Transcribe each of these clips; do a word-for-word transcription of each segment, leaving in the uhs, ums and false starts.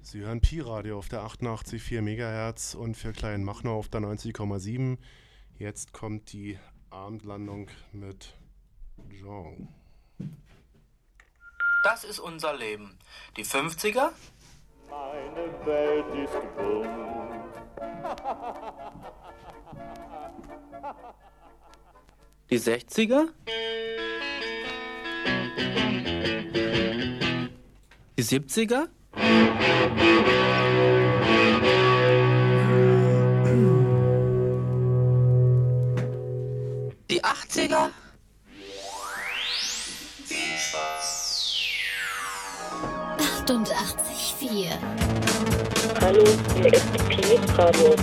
Sie hören Pi-Radio auf der achtundachtzig Komma vier Megahertz und für Kleinmachnow auf der neunzig Komma sieben. Jetzt kommt die Abendlandung mit Jean. Das ist unser Leben. Die fünfziger? Meine Welt ist bunt. Die sechziger? Die siebziger? Die achtziger? Viel Spaß. achtundachtzig Komma vier. Hallo, hier ist Pi-Radio.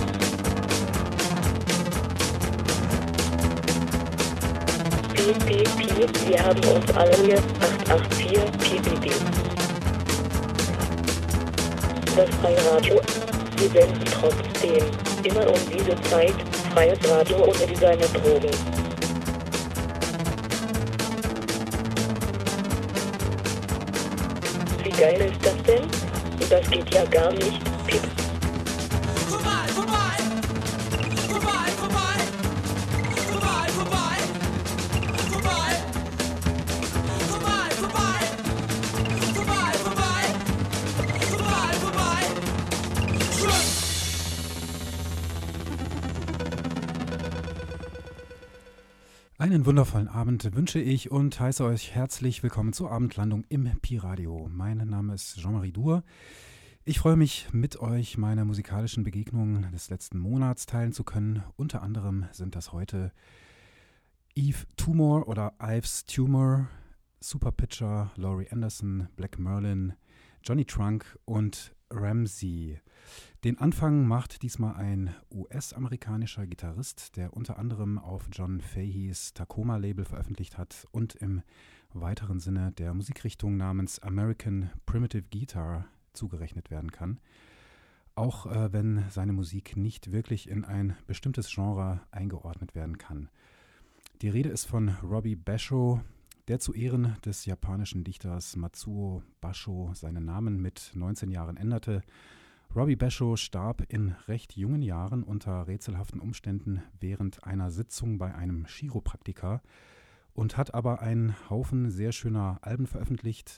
Pi, Pi, Pi, wir haben uns alle hier achthundertvierundachtzig Pi, Pi, Pi. Das freie Radio. Wir senden trotzdem immer um diese Zeit freies Radio ohne Designer Drogen. Wie geil ist das denn? Das geht ja gar nicht. Piep. Vorbei, vorbei! Vorbei, vorbei! Vorbei, vorbei! Vorbei! Vorbei, vorbei! Vorbei, vorbei! Vorbei, vorbei! Schluss! Einen wundervollen Abend wünsche ich und heiße euch herzlich willkommen zur Abendlandung im Pi-Radio. Mein Name ist Jean-Marie Dur. Ich freue mich, mit euch meine musikalischen Begegnungen des letzten Monats teilen zu können. Unter anderem sind das heute Eve Tumor oder Ives Tumor, Super Pitcher, Laurie Anderson, Black Merlin, Johnny Trunk und Ramsey. Den Anfang macht diesmal ein U S-amerikanischer Gitarrist, der unter anderem auf John Fahey's Tacoma-Label veröffentlicht hat und im weiteren Sinne der Musikrichtung namens American Primitive Guitar zugerechnet werden kann. Auch äh, wenn seine Musik nicht wirklich in ein bestimmtes Genre eingeordnet werden kann. Die Rede ist von Robbie Basho, der zu Ehren des japanischen Dichters Matsuo Basho seinen Namen mit neunzehn Jahren änderte. Robbie Basho starb in recht jungen Jahren unter rätselhaften Umständen während einer Sitzung bei einem Chiropraktiker und hat aber einen Haufen sehr schöner Alben veröffentlicht.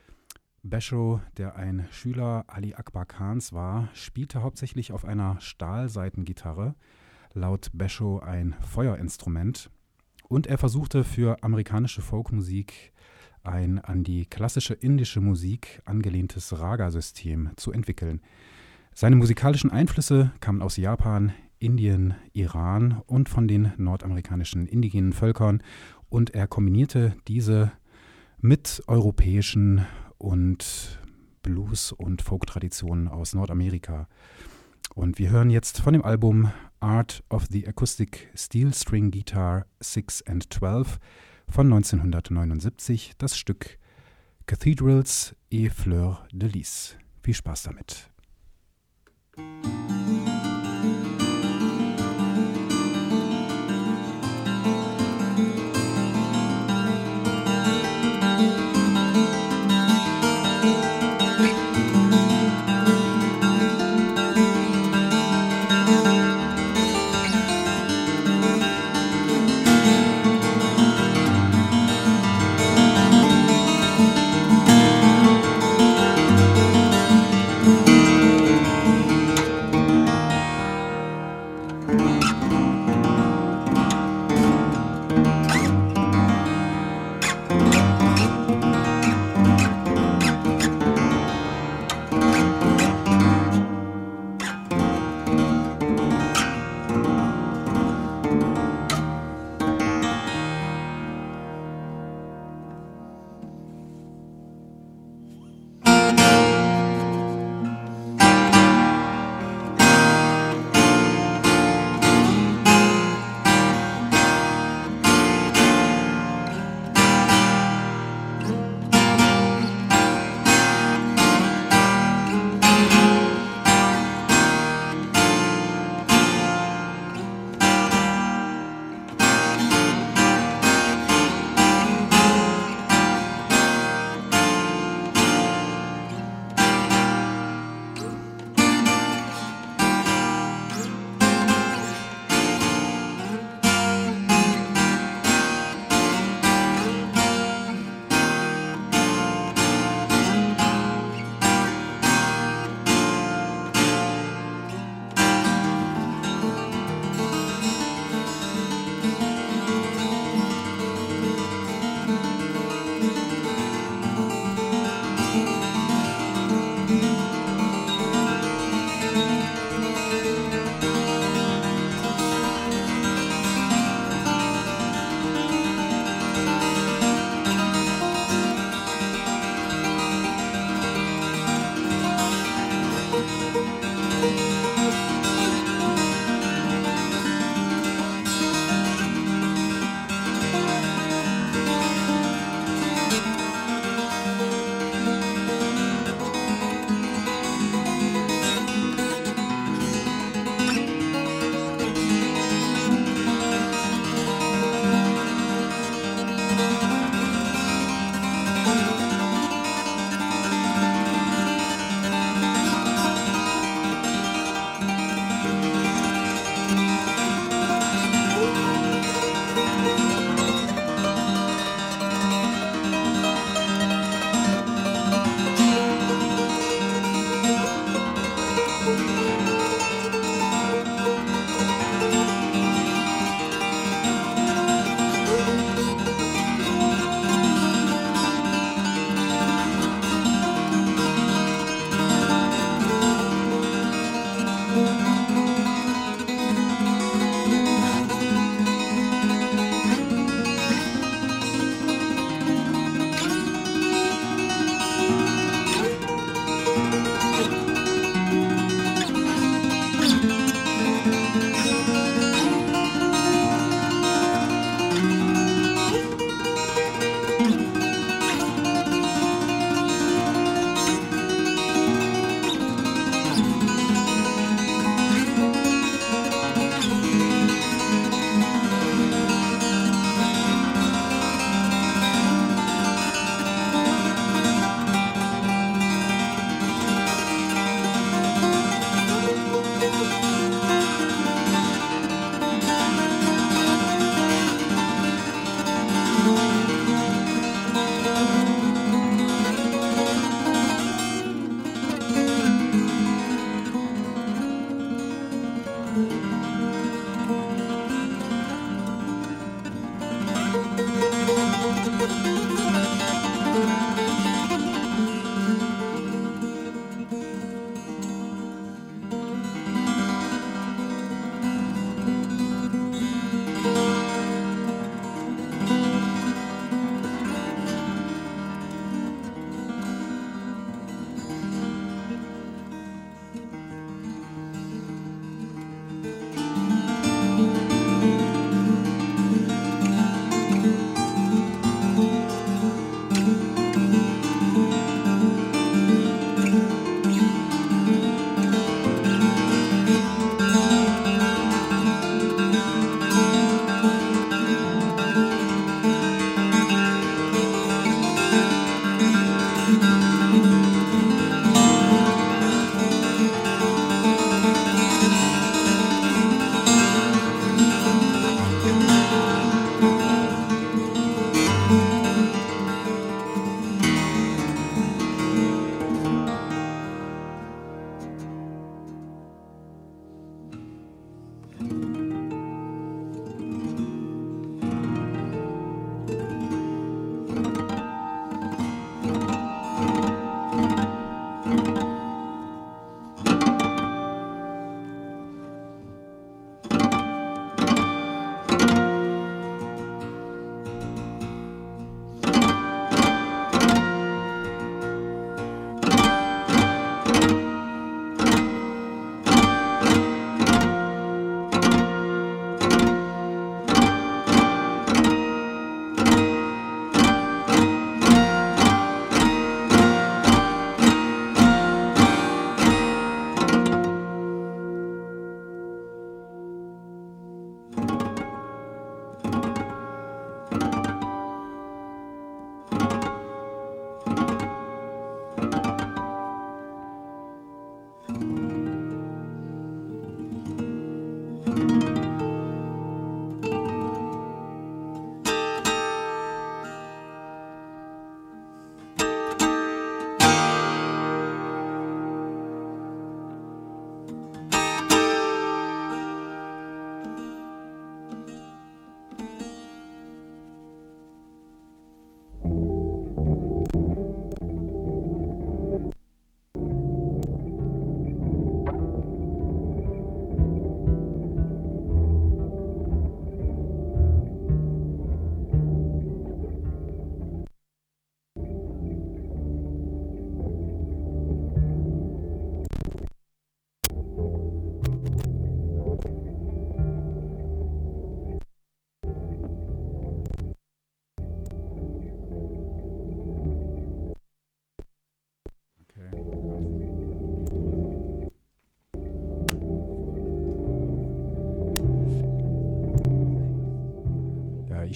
Basho, der ein Schüler Ali Akbar Khans war, spielte hauptsächlich auf einer Stahlsaitengitarre, laut Basho ein Feuerinstrument, und er versuchte für amerikanische Folkmusik ein an die klassische indische Musik angelehntes Raga-System zu entwickeln. Seine musikalischen Einflüsse kamen aus Japan, Indien, Iran und von den nordamerikanischen indigenen Völkern, und er kombinierte diese mit europäischen und Blues- und Folk-Traditionen aus Nordamerika. Und wir hören jetzt von dem Album Art of the Acoustic Steel String Guitar six and twelve von neunzehnhundertneunundsiebzig das Stück Cathedrals et Fleurs de Lis. Viel Spaß damit. Thank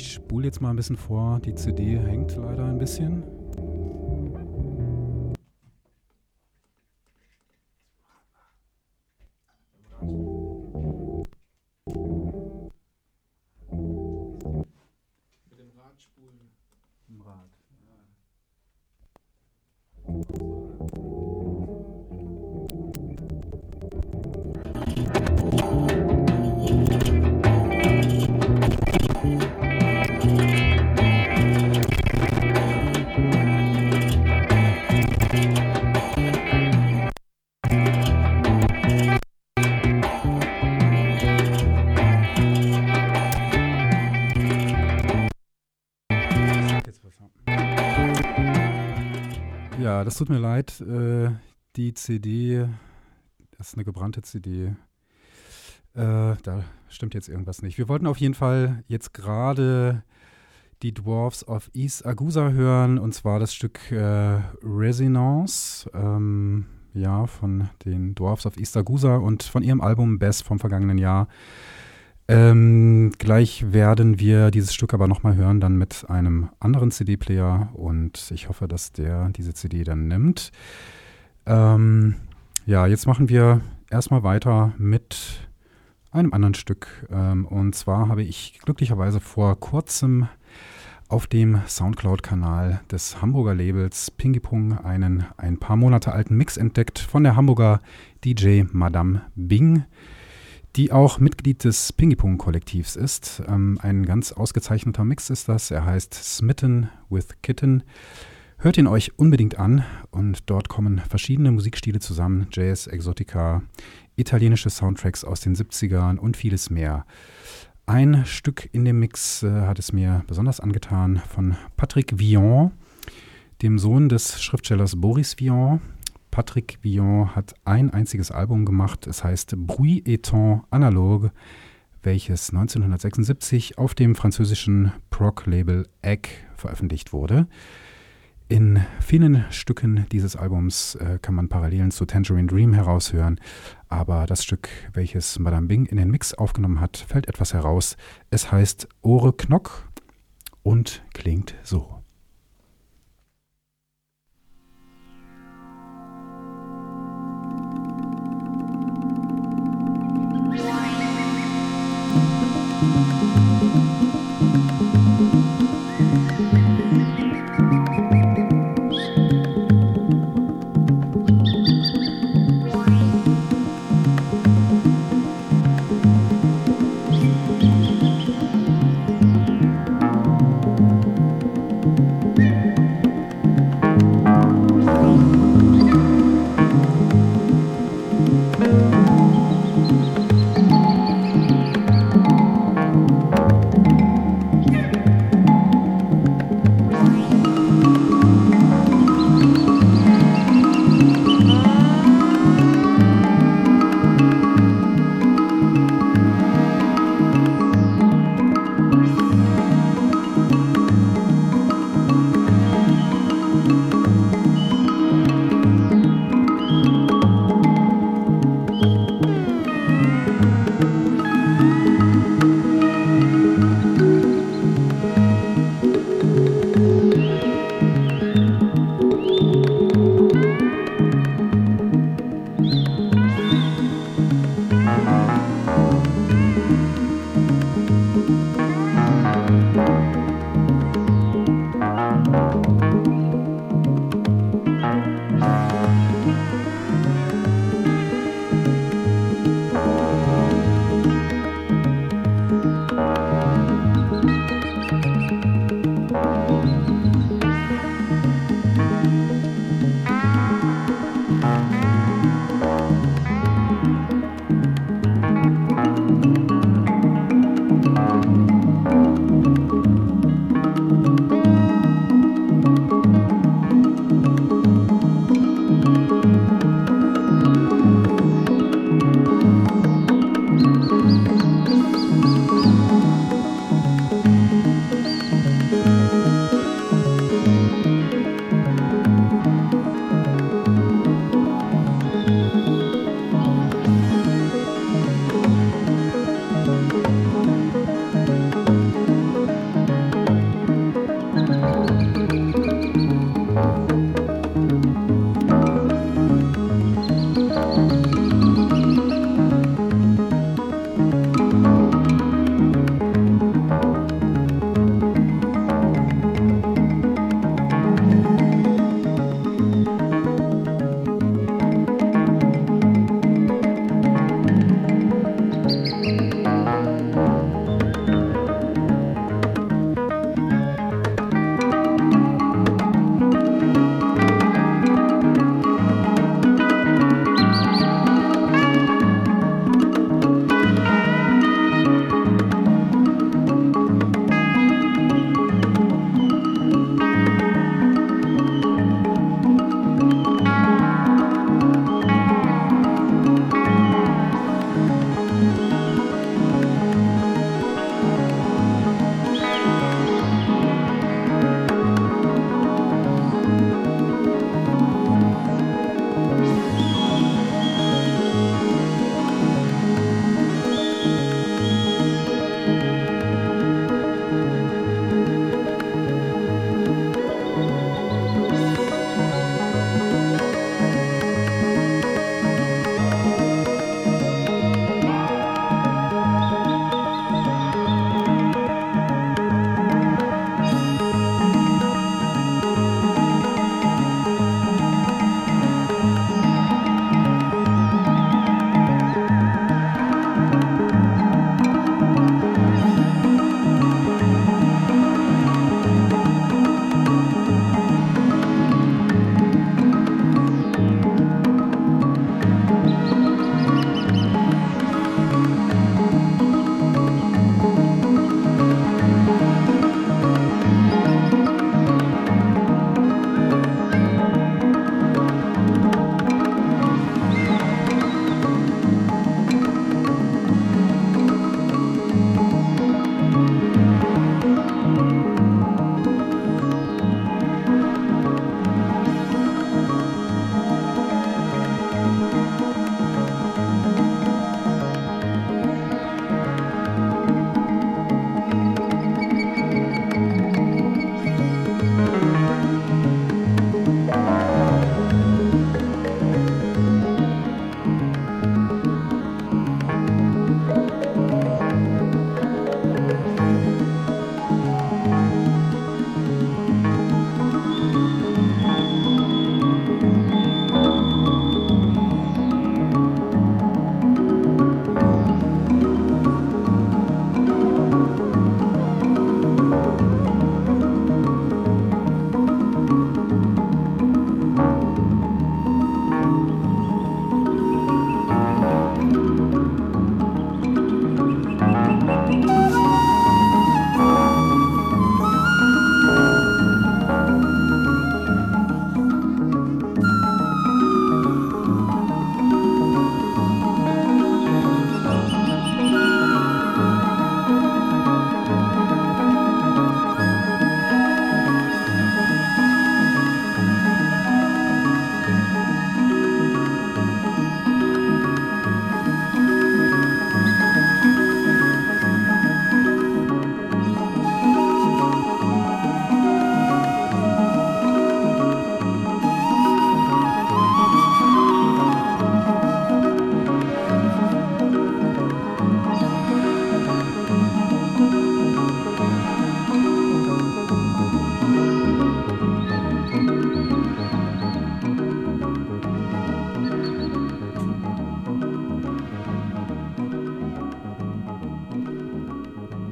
Ich spule jetzt mal ein bisschen vor. Die C D hängt leider ein bisschen. Mit dem Rad spulen. Im Rad. Ja, das tut mir leid. Äh, die C D, das ist eine gebrannte C D. Äh, da stimmt jetzt irgendwas nicht. Wir wollten auf jeden Fall jetzt gerade die Dwarfs of East Agusa hören, und zwar das Stück äh, Resonance, ähm, ja, von den Dwarfs of East Agusa und von ihrem Album Best vom vergangenen Jahr. Ähm, gleich werden wir dieses Stück aber nochmal hören, dann mit einem anderen C D-Player, und ich hoffe, dass der diese C D dann nimmt. Ähm, ja, jetzt machen wir erstmal weiter mit einem anderen Stück. Ähm, und zwar habe ich glücklicherweise vor kurzem auf dem Soundcloud-Kanal des Hamburger Labels Pingy Pong einen ein paar Monate alten Mix entdeckt von der Hamburger D J Madame Bing, die auch Mitglied des Pingy Pong Kollektivs ist. Ähm, ein ganz ausgezeichneter Mix ist das. Er heißt Smitten with Kitten. Hört ihn euch unbedingt an, und dort kommen verschiedene Musikstile zusammen. Jazz, Exotica, italienische Soundtracks aus den siebzigern und vieles mehr. Ein Stück in dem Mix äh, hat es mir besonders angetan, von Patrick Villon, dem Sohn des Schriftstellers Boris Vian. Patrick Villon hat ein einziges Album gemacht, es heißt Bruit et Temps Analogue, welches neunzehnhundertsechsundsiebzig auf dem französischen Prog-Label Egg veröffentlicht wurde. In vielen Stücken dieses Albums äh, kann man Parallelen zu Tangerine Dream heraushören, aber das Stück, welches Madame Bing in den Mix aufgenommen hat, fällt etwas heraus. Es heißt Ohre Knock und klingt so.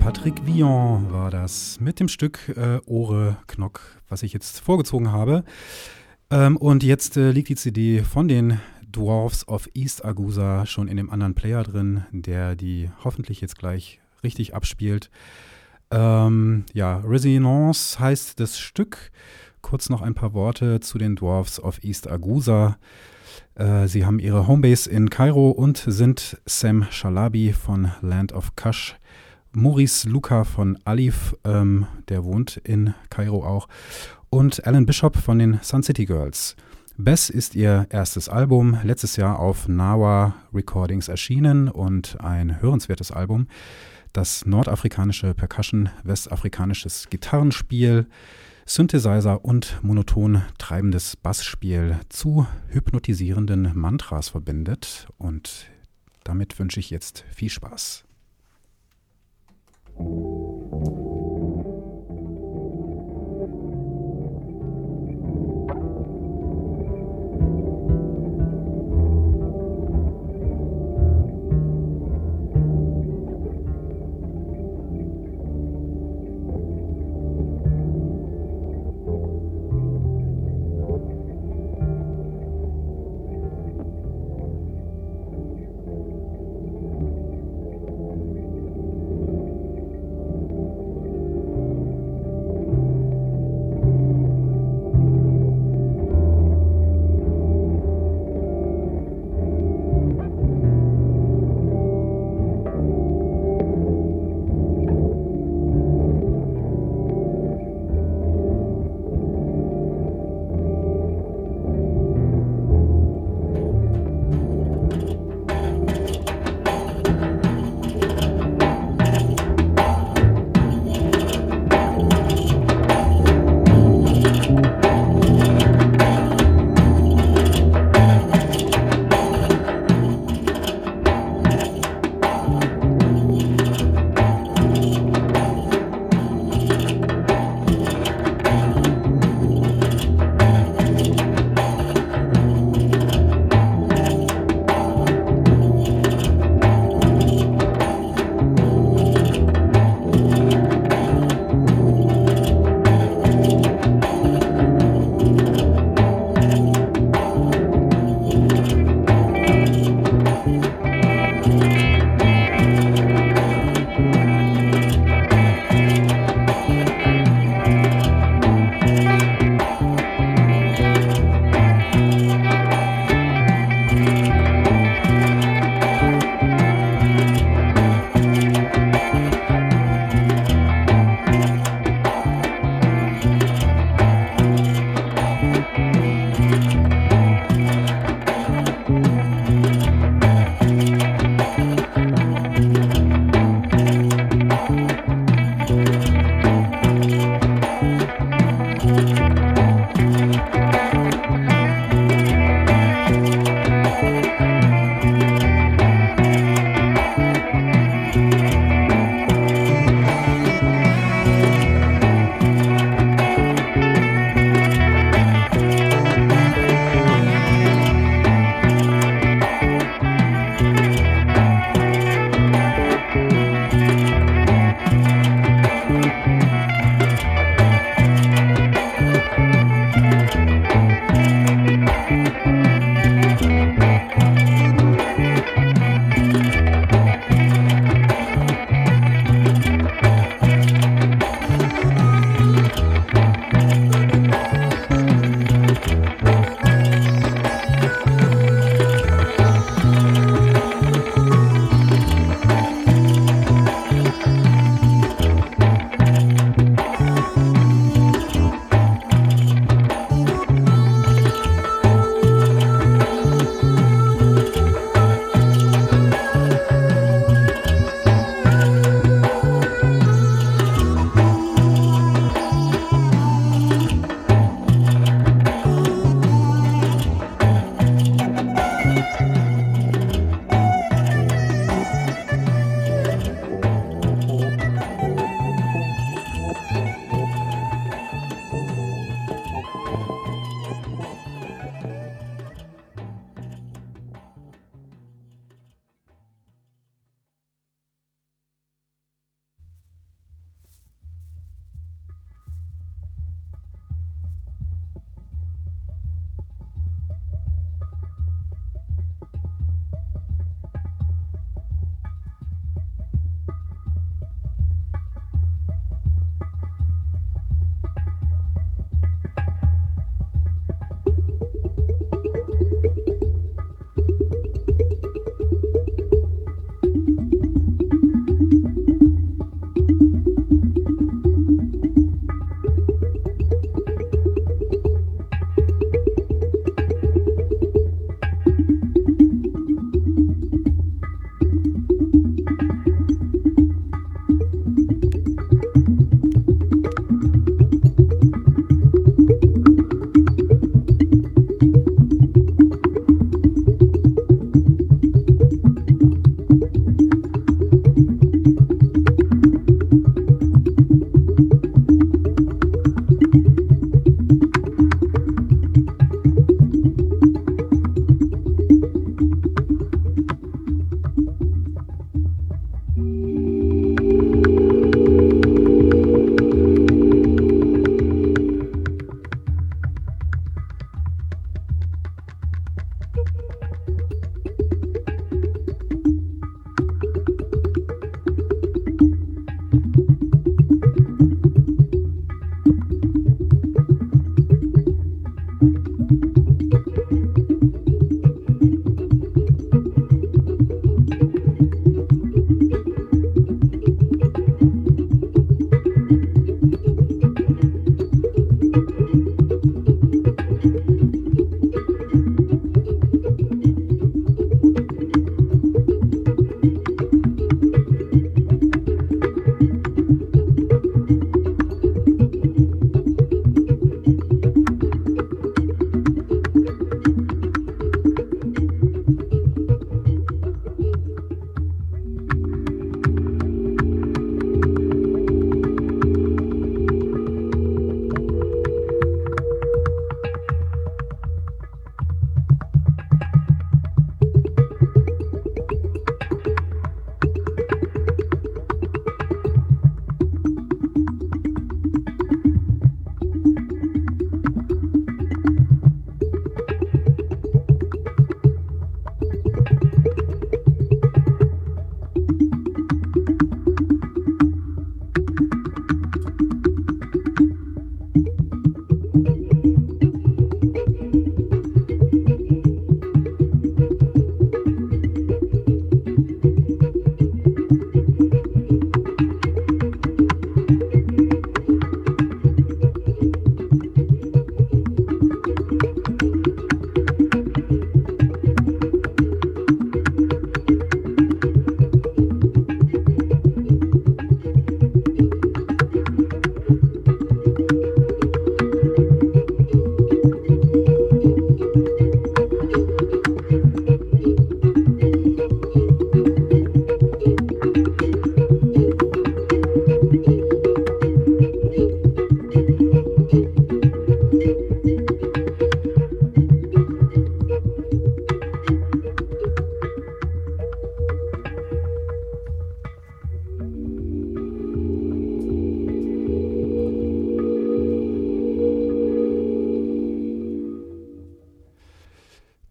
Patrick Villon war das mit dem Stück äh, Ohre Knock, was ich jetzt vorgezogen habe. Ähm, und jetzt äh, liegt die C D von den Dwarfs of East Agusa schon in dem anderen Player drin, der die hoffentlich jetzt gleich richtig abspielt. Ähm, ja, Resonance heißt das Stück. Kurz noch ein paar Worte zu den Dwarfs of East Agusa. Äh, sie haben ihre Homebase in Kairo und sind Sam Shalabi von Land of Kush, Maurice Luca von Alif, ähm, der wohnt in Kairo auch, und Alan Bishop von den Sun City Girls. Bess ist ihr erstes Album, letztes Jahr auf Nawa Recordings erschienen und ein hörenswertes Album. Das nordafrikanische Percussion, westafrikanisches Gitarrenspiel, Synthesizer und monoton treibendes Bassspiel zu hypnotisierenden Mantras verbindet. Und damit wünsche ich jetzt viel Spaß. Thank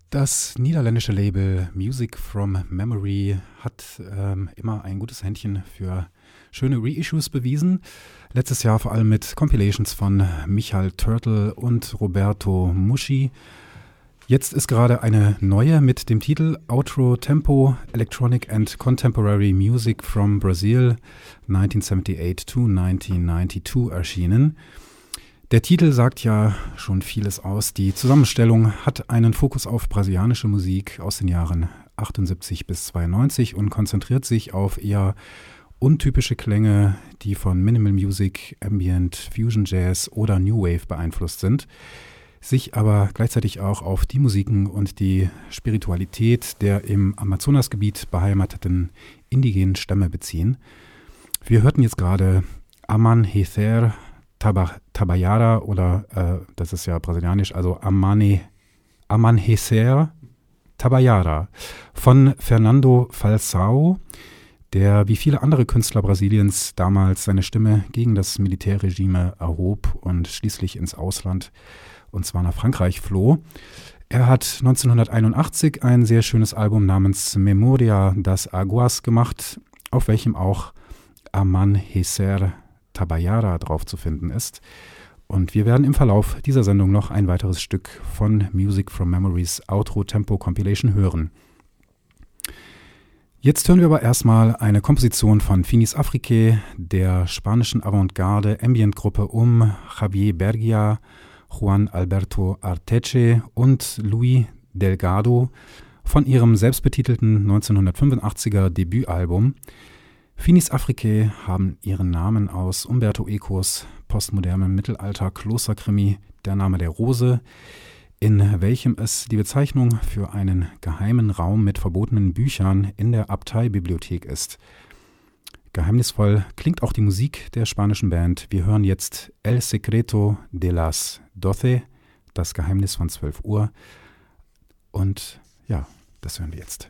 Das niederländische Label Music from Memory hat ähm, immer ein gutes Händchen für schöne Reissues bewiesen. Letztes Jahr vor allem mit Compilations von Michael Turtle und Roberto Muschi. Jetzt ist gerade eine neue mit dem Titel Outro Tempo Electronic and Contemporary Music from Brazil neunzehnhundertachtzig to neunzehnhundertzweiundneunzig erschienen. Der Titel sagt ja schon vieles aus. Die Zusammenstellung hat einen Fokus auf brasilianische Musik aus den Jahren achtundsiebzig bis zweiundneunzig und konzentriert sich auf eher untypische Klänge, die von Minimal Music, Ambient, Fusion Jazz oder New Wave beeinflusst sind, sich aber gleichzeitig auch auf die Musiken und die Spiritualität der im Amazonasgebiet beheimateten indigenen Stämme beziehen. Wir hörten jetzt gerade Amanhecer Tabajara oder, äh, das ist ja brasilianisch, also Amane, Amanhecer Tabajara von Fernando Falsao, der wie viele andere Künstler Brasiliens damals seine Stimme gegen das Militärregime erhob und schließlich ins Ausland, und zwar nach Frankreich, floh. Er hat neunzehnhunderteinundachtzig ein sehr schönes Album namens Memoria das Aguas gemacht, auf welchem auch Amanhecer Tabajara drauf zu finden ist. Und wir werden im Verlauf dieser Sendung noch ein weiteres Stück von Music from Memories Outro Tempo Compilation hören. Jetzt hören wir aber erstmal eine Komposition von Finis Afrique, der spanischen Avantgarde-Ambient-Gruppe um Javier Bergia, Juan Alberto Arteche und Luis Delgado von ihrem selbstbetitelten neunzehnhundertfünfundachtziger Debütalbum. Finis Afrique haben ihren Namen aus Umberto Ecos postmodernem Mittelalter-Klosterkrimi Der Name der Rose, in welchem es die Bezeichnung für einen geheimen Raum mit verbotenen Büchern in der Abteibibliothek ist. Geheimnisvoll klingt auch die Musik der spanischen Band. Wir hören jetzt El Secreto de las Doce, das Geheimnis von zwölf Uhr. Und ja, das hören wir jetzt.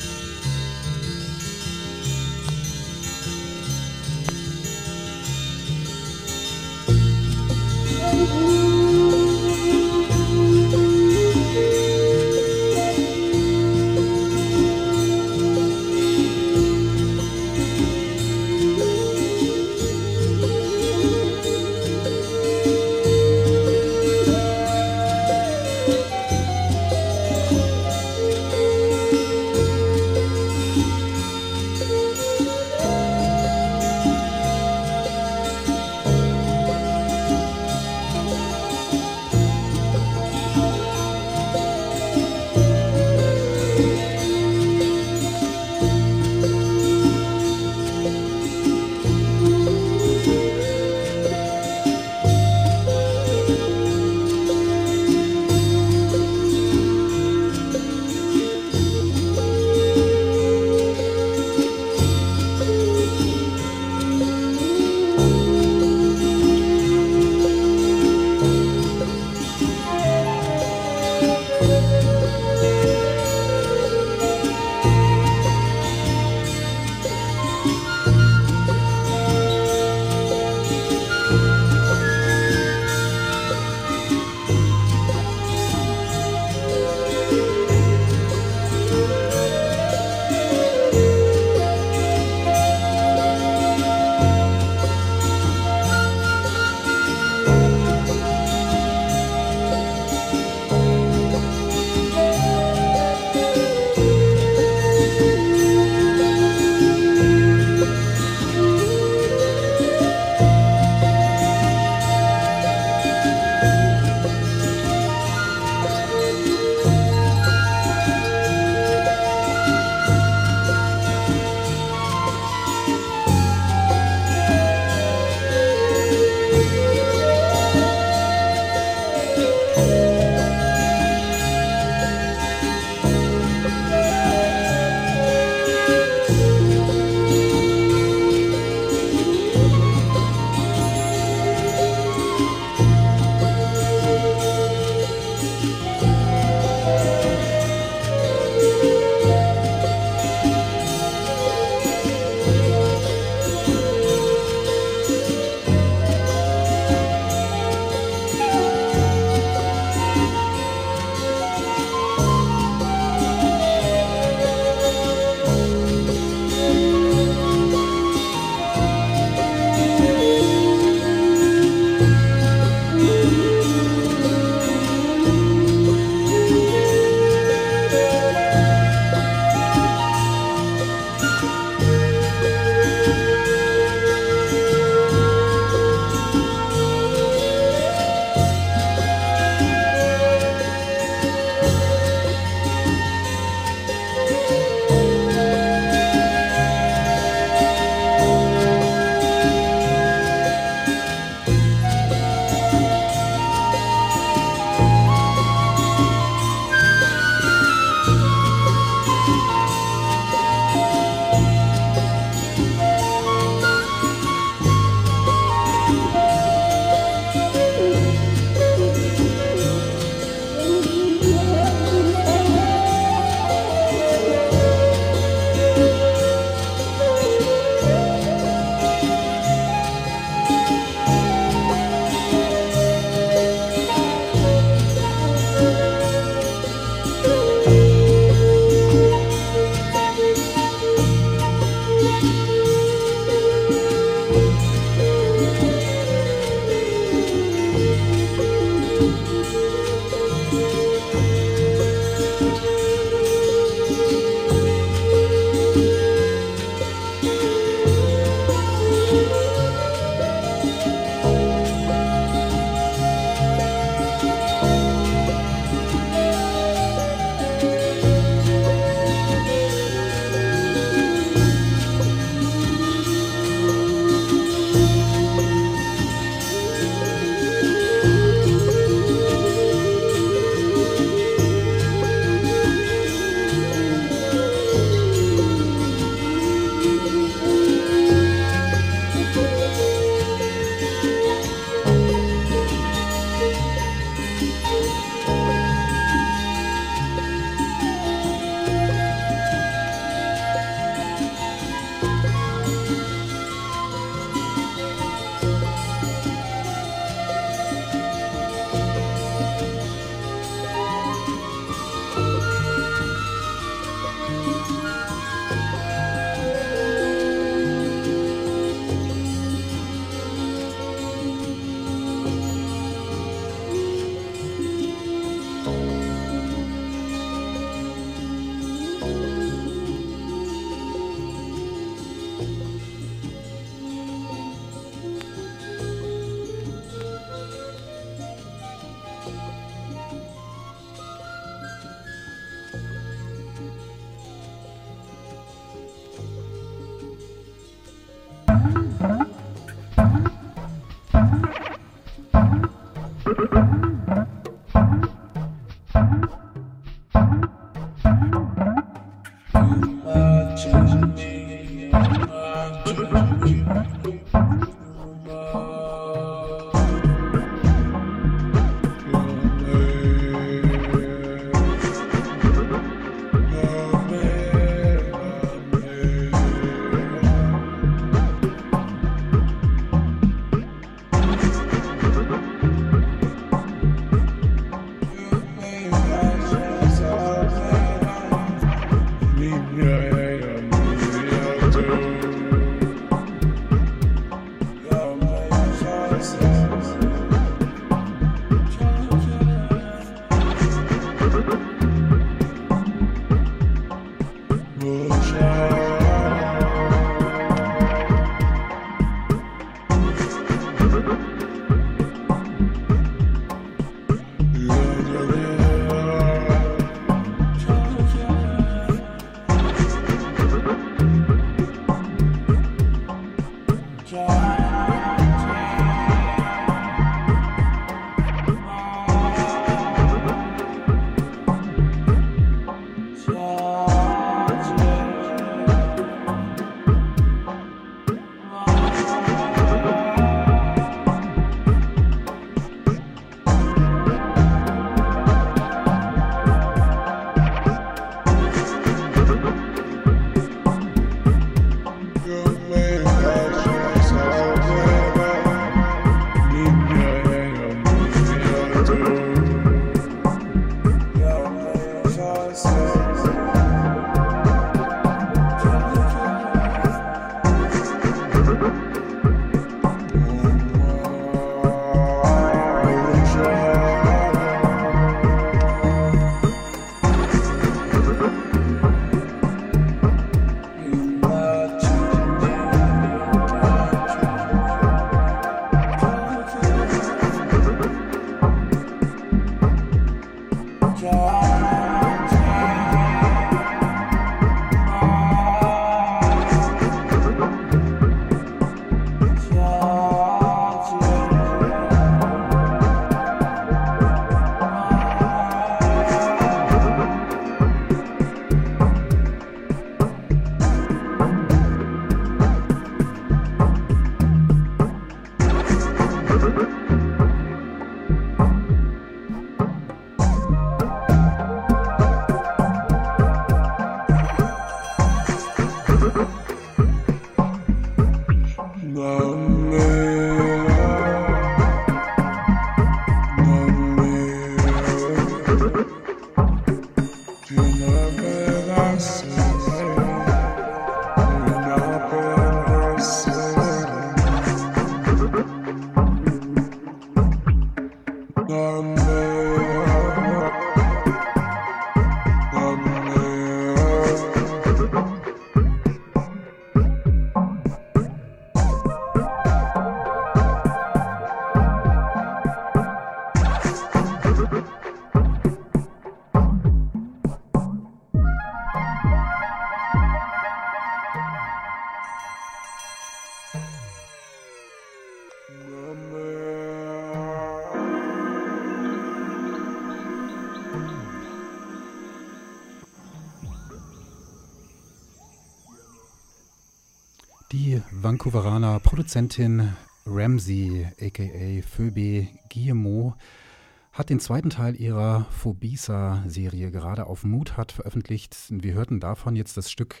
Die Vancouveraner Produzentin Ramsey aka Phoebe Guillemot hat den zweiten Teil ihrer Phobisa-Serie gerade auf Mood Hut veröffentlicht. Wir hörten davon jetzt das Stück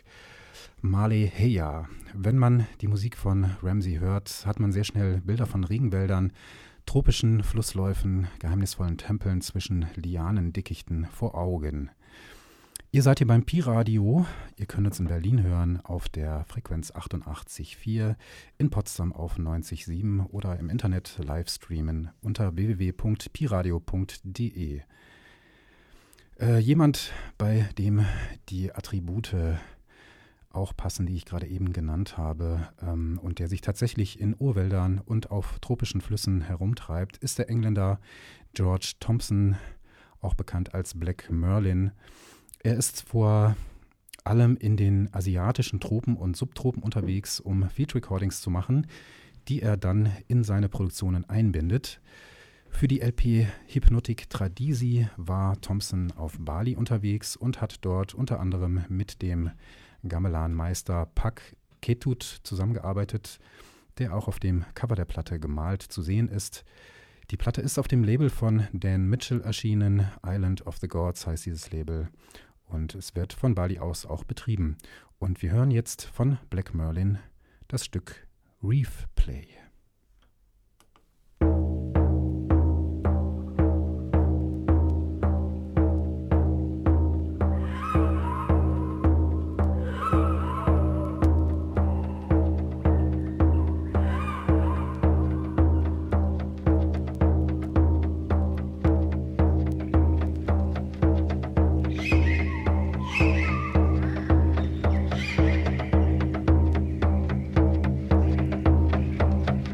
Male Heya. Wenn man die Musik von Ramsey hört, hat man sehr schnell Bilder von Regenwäldern, tropischen Flussläufen, geheimnisvollen Tempeln zwischen Lianendickichten vor Augen. Ihr seid hier beim Pi-Radio. Ihr könnt uns in Berlin hören auf der Frequenz achtundachtzig Komma vier, in Potsdam auf neunzig Komma sieben oder im Internet live streamen unter w w w punkt pi radio punkt d e. Äh, jemand, bei dem die Attribute auch passen, die ich gerade eben genannt habe, ähm, und der sich tatsächlich in Urwäldern und auf tropischen Flüssen herumtreibt, ist der Engländer George Thompson, auch bekannt als Black Merlin. Er ist vor allem in den asiatischen Tropen und Subtropen unterwegs, um Field Recordings zu machen, die er dann in seine Produktionen einbindet. Für die L P Hypnotic Tradisi war Thompson auf Bali unterwegs und hat dort unter anderem mit dem Gamelan-Meister Pak Ketut zusammengearbeitet, der auch auf dem Cover der Platte gemalt zu sehen ist. Die Platte ist auf dem Label von Dan Mitchell erschienen. Island of the Gods heißt dieses Label. Und es wird von Bali aus auch betrieben. Und wir hören jetzt von Black Merlin das Stück Reef Play. Thank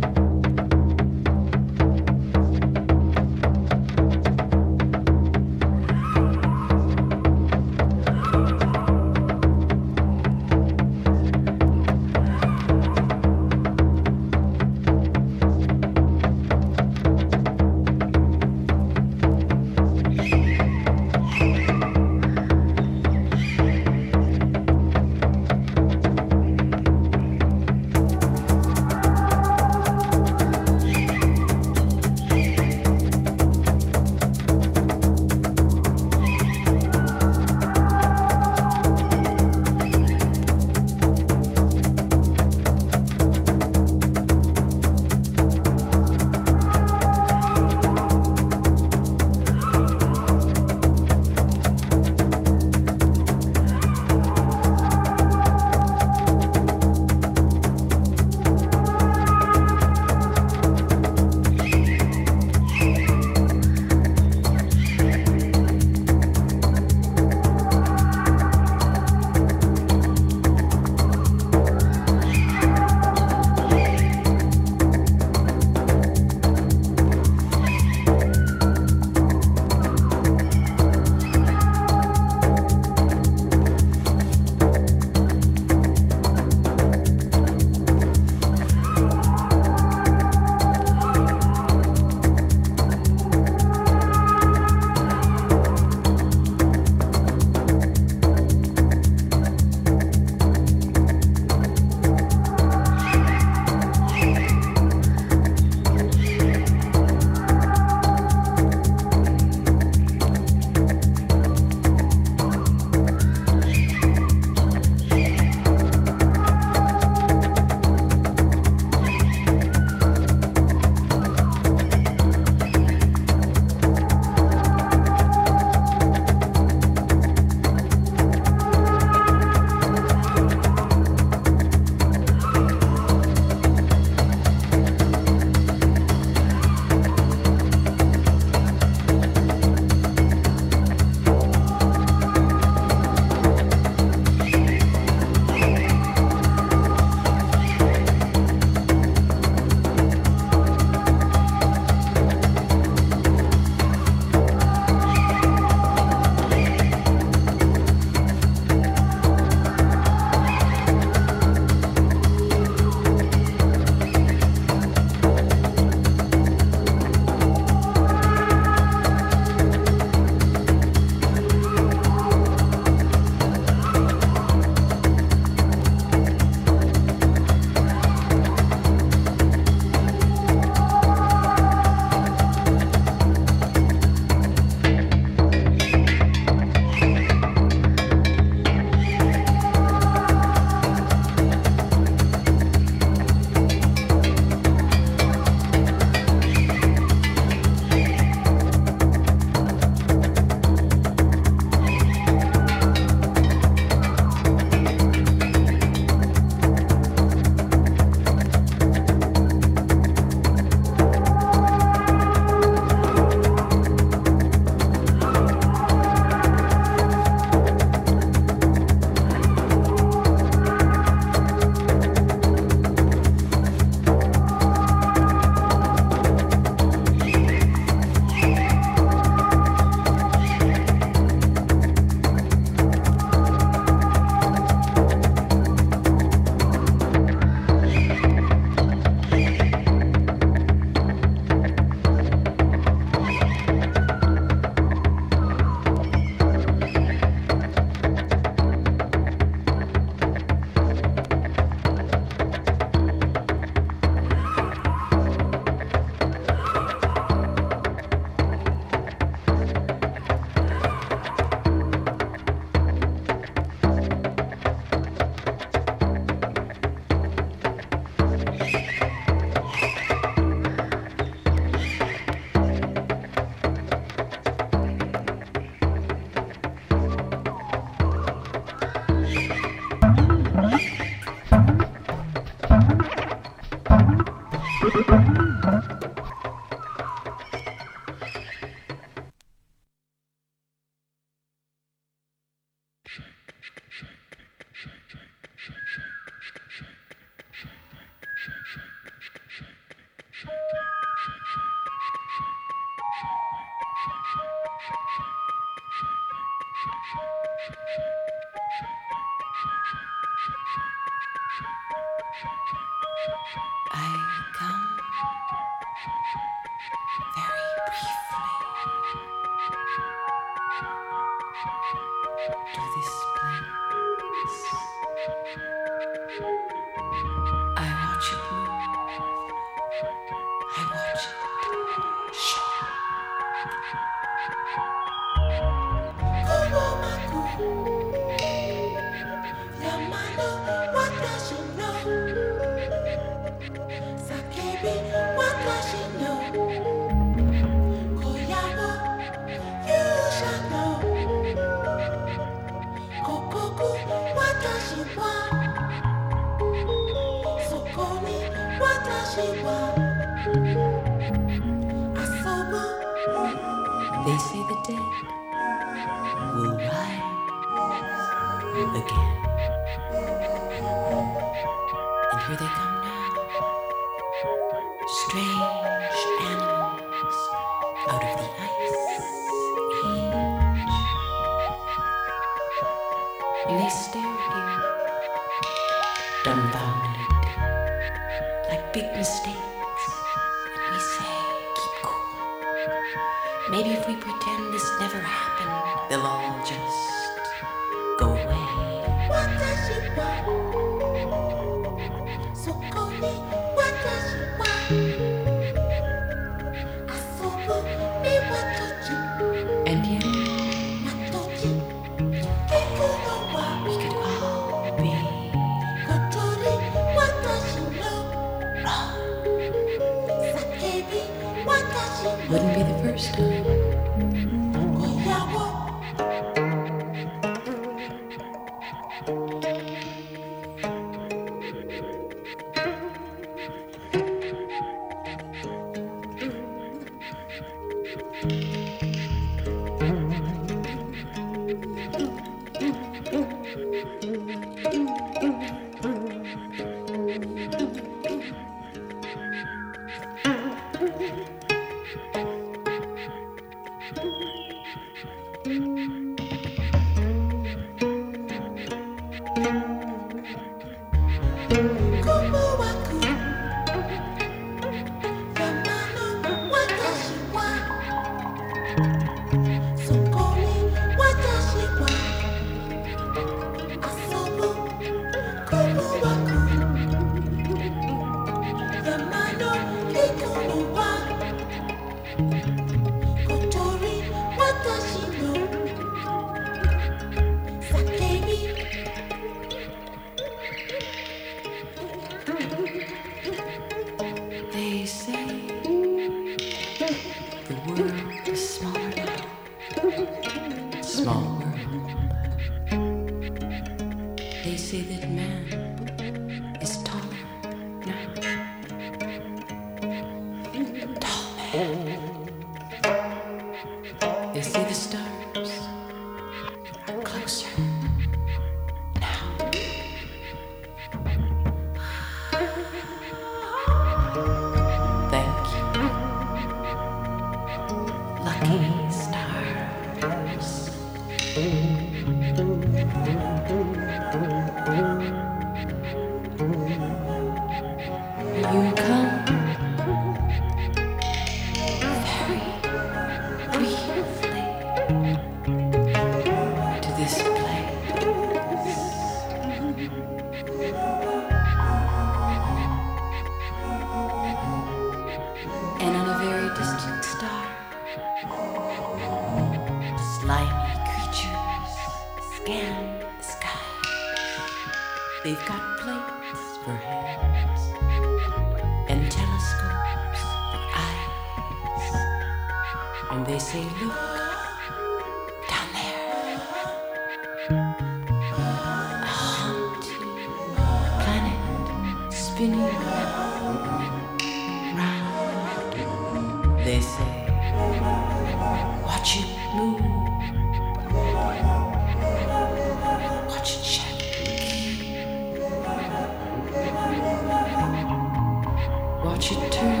Watch it turn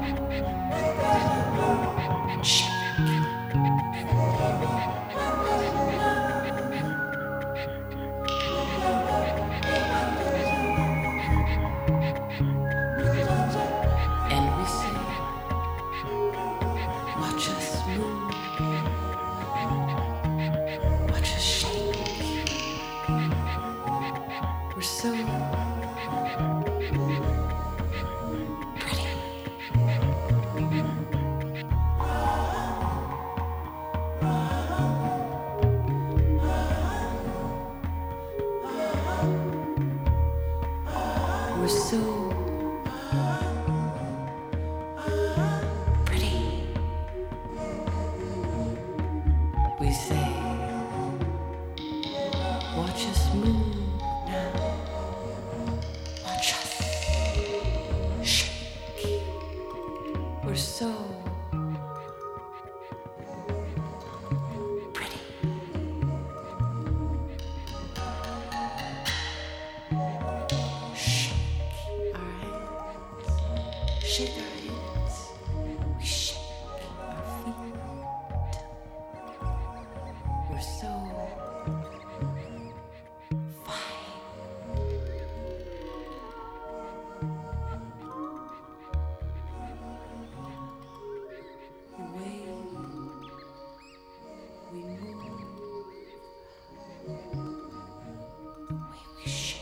and shake. And we say, watch us move, watch us shake. We're so We're so pretty. We say, watch us move now. Watch us shake. We're so pretty. Shake our hands, we shake our feet. We're so fine. The way we move, the way we shake.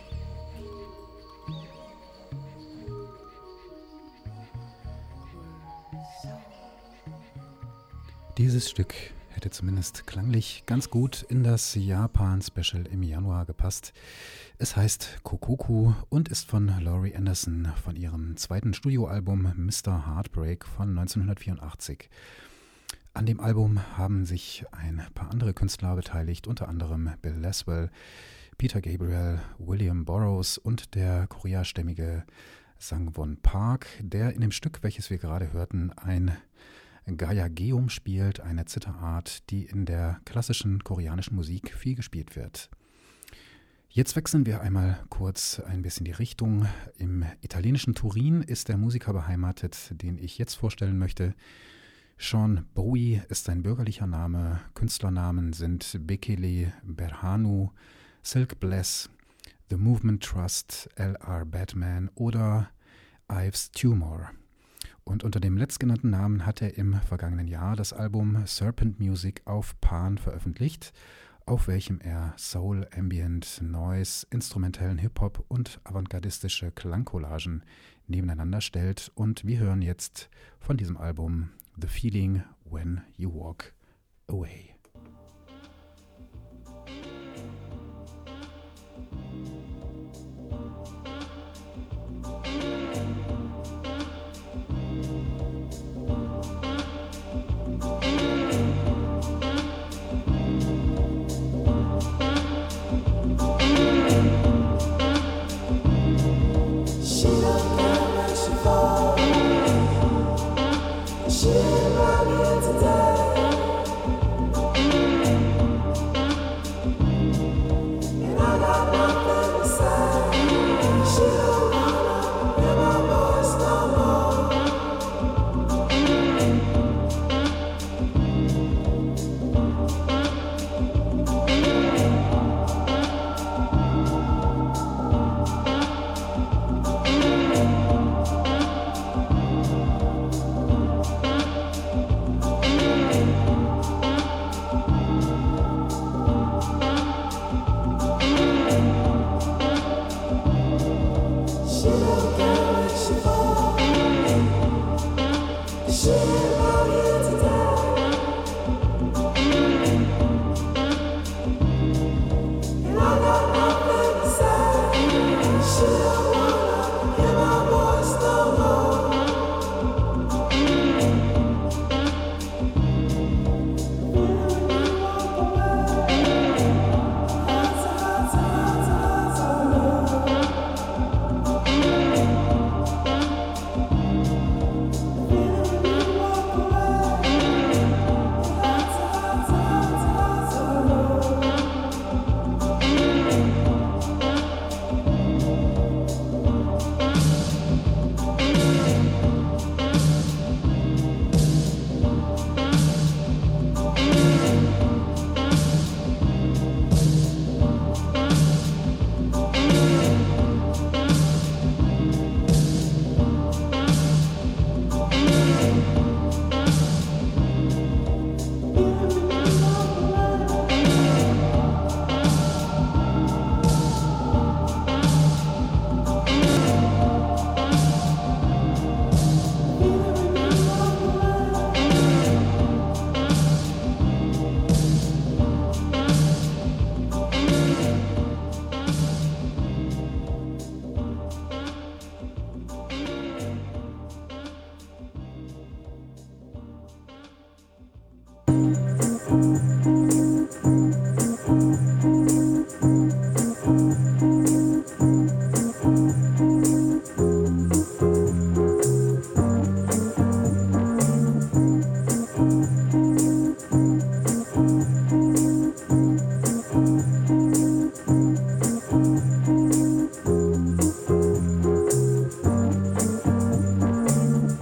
Dieses Stück hätte zumindest klanglich ganz gut in das Japan-Special im Januar gepasst. Es heißt Kokoku und ist von Laurie Anderson von ihrem zweiten Studioalbum Mister Heartbreak von neunzehnhundertvierundachtzig. An dem Album haben sich ein paar andere Künstler beteiligt, unter anderem Bill Laswell, Peter Gabriel, William Burroughs und der koreastämmige Sang-won Park, der in dem Stück, welches wir gerade hörten, ein Gaya-Geum spielt, eine Zitherart, die in der klassischen koreanischen Musik viel gespielt wird. Jetzt wechseln wir einmal kurz ein bisschen die Richtung. Im italienischen Turin ist der Musiker beheimatet, den ich jetzt vorstellen möchte. Sean Bowie ist sein bürgerlicher Name. Künstlernamen sind Bekele Berhanu, Silk Bless, The Movement Trust, L R Batman oder Ives Tumor. Und unter dem letztgenannten Namen hat er im vergangenen Jahr das Album Serpent Music auf Pan veröffentlicht, auf welchem er Soul, Ambient, Noise, instrumentellen Hip-Hop und avantgardistische Klangcollagen nebeneinander stellt. Und wir hören jetzt von diesem Album The Feeling When You Walk Away.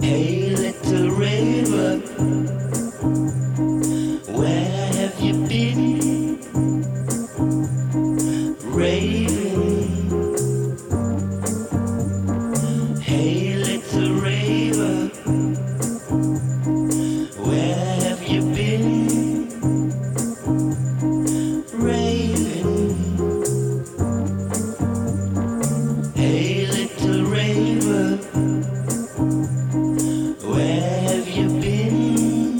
Hey, little raver, where have you been? Raving. Hey, little raver, where have you been? Raving. Hey, little raver, where have you been?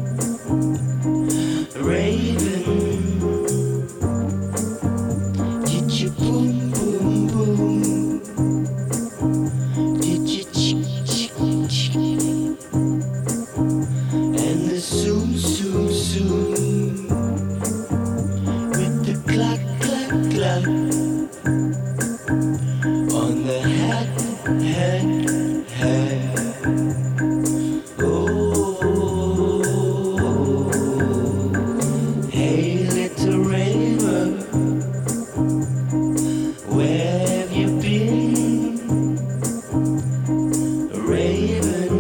Raven. Did you boom, boom, boom? Did you chick, chick, chick? And the zoom, zoom, zoom with the clack, clack, clack on the hat, hat, hat. Oh, hey, little raver, where have you been? Raven,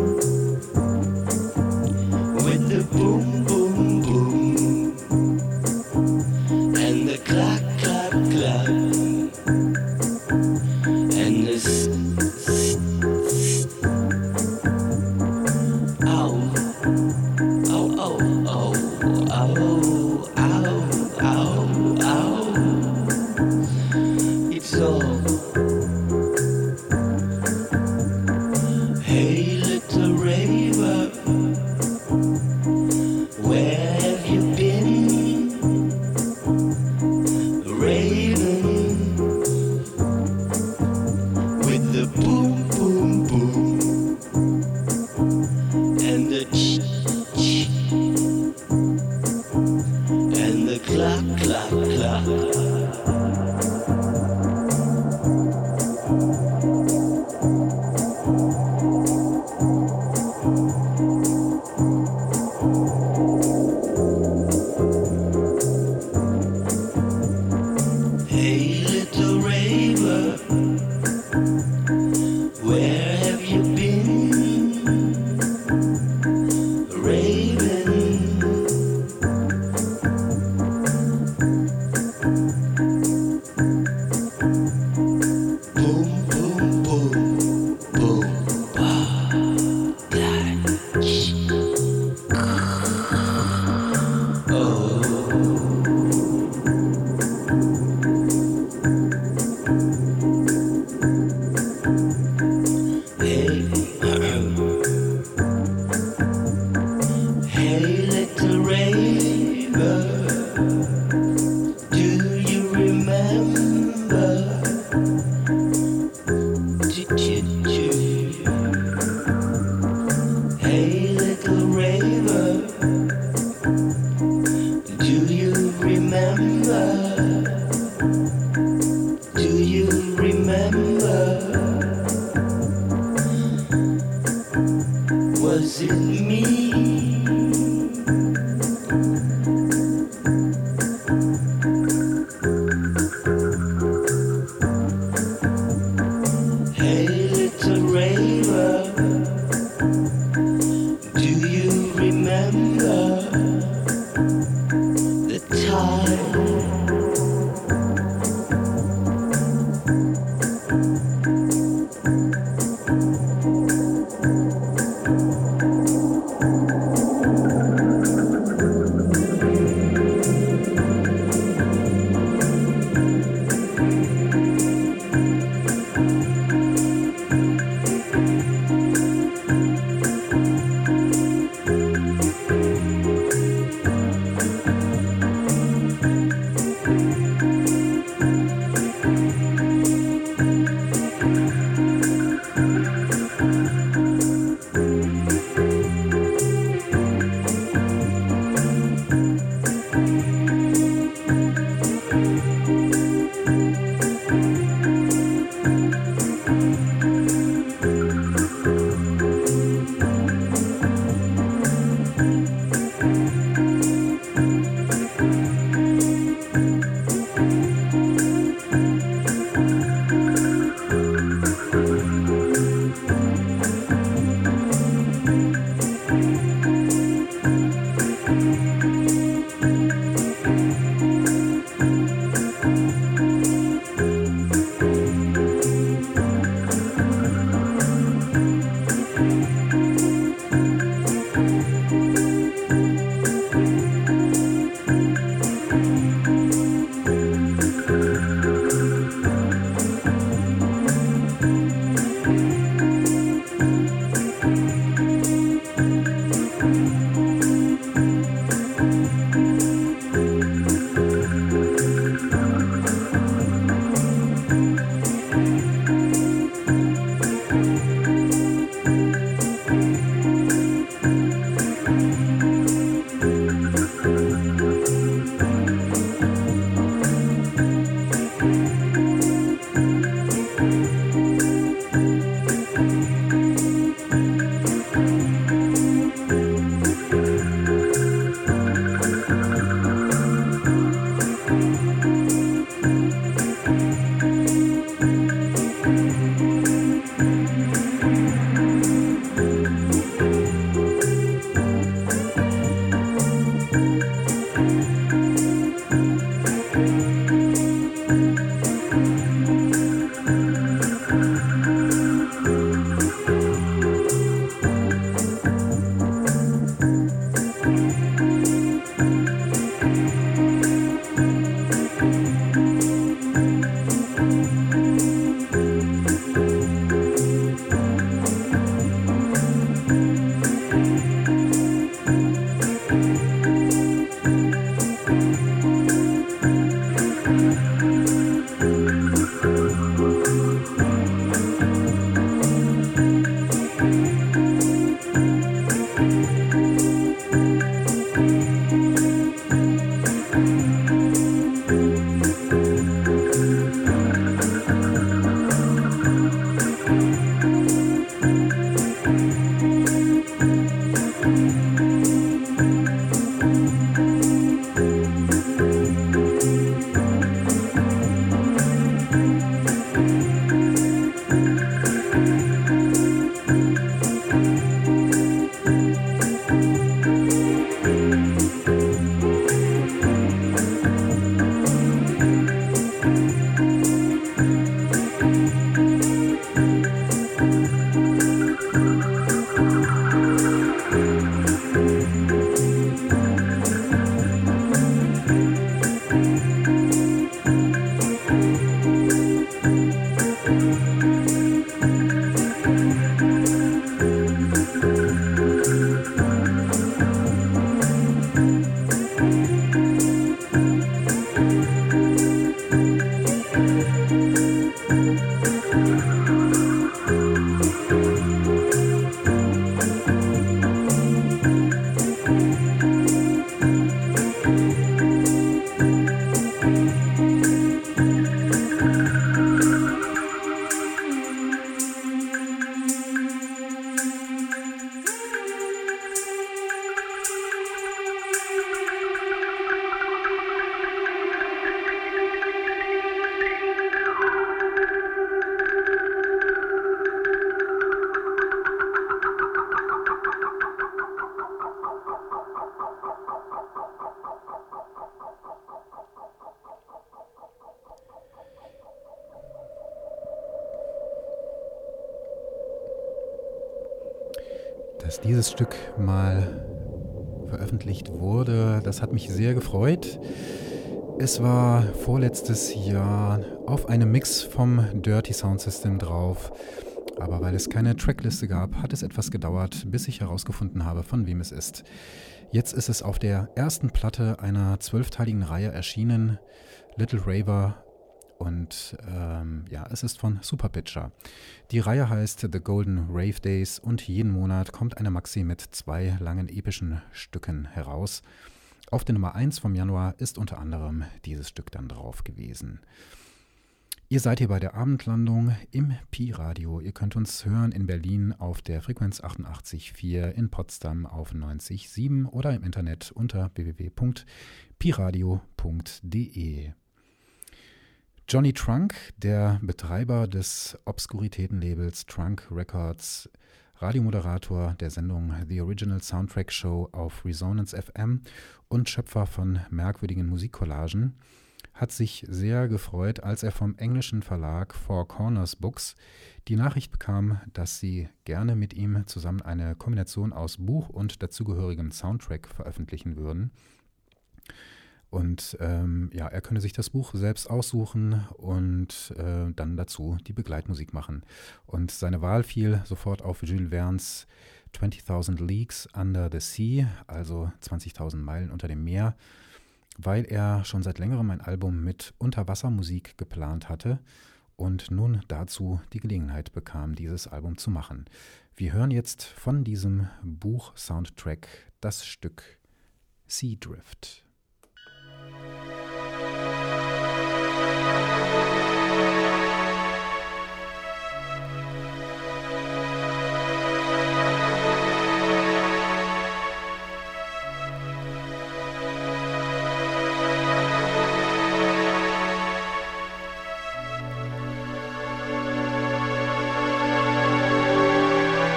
with the boom, boom, boom, and the clack, clack, clack, and the s- s- s- ow, ow, ow, ow, ow, ow, ow, ow. It's all. Hey, little raver, where have you been? Raven, with the boom, boom, boom, and the ch, ch, and the clack, clack, clack. Hey, little raver, where have you been? Raven. Boom, boom, boom, boom, ba, da, ch, oh. Hey, hey, little raver, do you remember? Did you do? Hey, little raver, do you remember? Do you remember? Was it me? Hey, little raver, do you remember the time? dass dieses Stück mal veröffentlicht wurde. Das hat mich sehr gefreut. Es war vorletztes Jahr auf einem Mix vom Dirty Sound System drauf. Aber weil es keine Trackliste gab, hat es etwas gedauert, bis ich herausgefunden habe, von wem es ist. Jetzt ist es auf der ersten Platte einer zwölfteiligen Reihe erschienen, Little Raver, und ähm, ja, es ist von Superpitcher. Die Reihe heißt The Golden Rave Days und jeden Monat kommt eine Maxi mit zwei langen epischen Stücken heraus. Auf der Nummer eins vom Januar ist unter anderem dieses Stück dann drauf gewesen. Ihr seid hier bei der Abendlandung im Pi-Radio. Ihr könnt uns hören in Berlin auf der Frequenz achtundachtzig Komma vier, in Potsdam auf neunzig Komma sieben oder im Internet unter w w w punkt pi radio punkt d e. Johnny Trunk, der Betreiber des Obskuritätenlabels Trunk Records, Radiomoderator der Sendung The Original Soundtrack Show auf Resonance F M und Schöpfer von merkwürdigen Musikcollagen, hat sich sehr gefreut, als er vom englischen Verlag Four Corners Books die Nachricht bekam, dass sie gerne mit ihm zusammen eine Kombination aus Buch und dazugehörigem Soundtrack veröffentlichen würden. Und ähm, ja, er könne sich das Buch selbst aussuchen und äh, dann dazu die Begleitmusik machen. Und seine Wahl fiel sofort auf Jules Verne's twenty thousand Leagues Under the Sea, also zwanzigtausend Meilen unter dem Meer, weil er schon seit längerem ein Album mit Unterwassermusik geplant hatte und nun dazu die Gelegenheit bekam, dieses Album zu machen. Wir hören jetzt von diesem Buch-Soundtrack das Stück Sea Drift.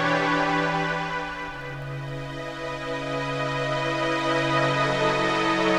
Thank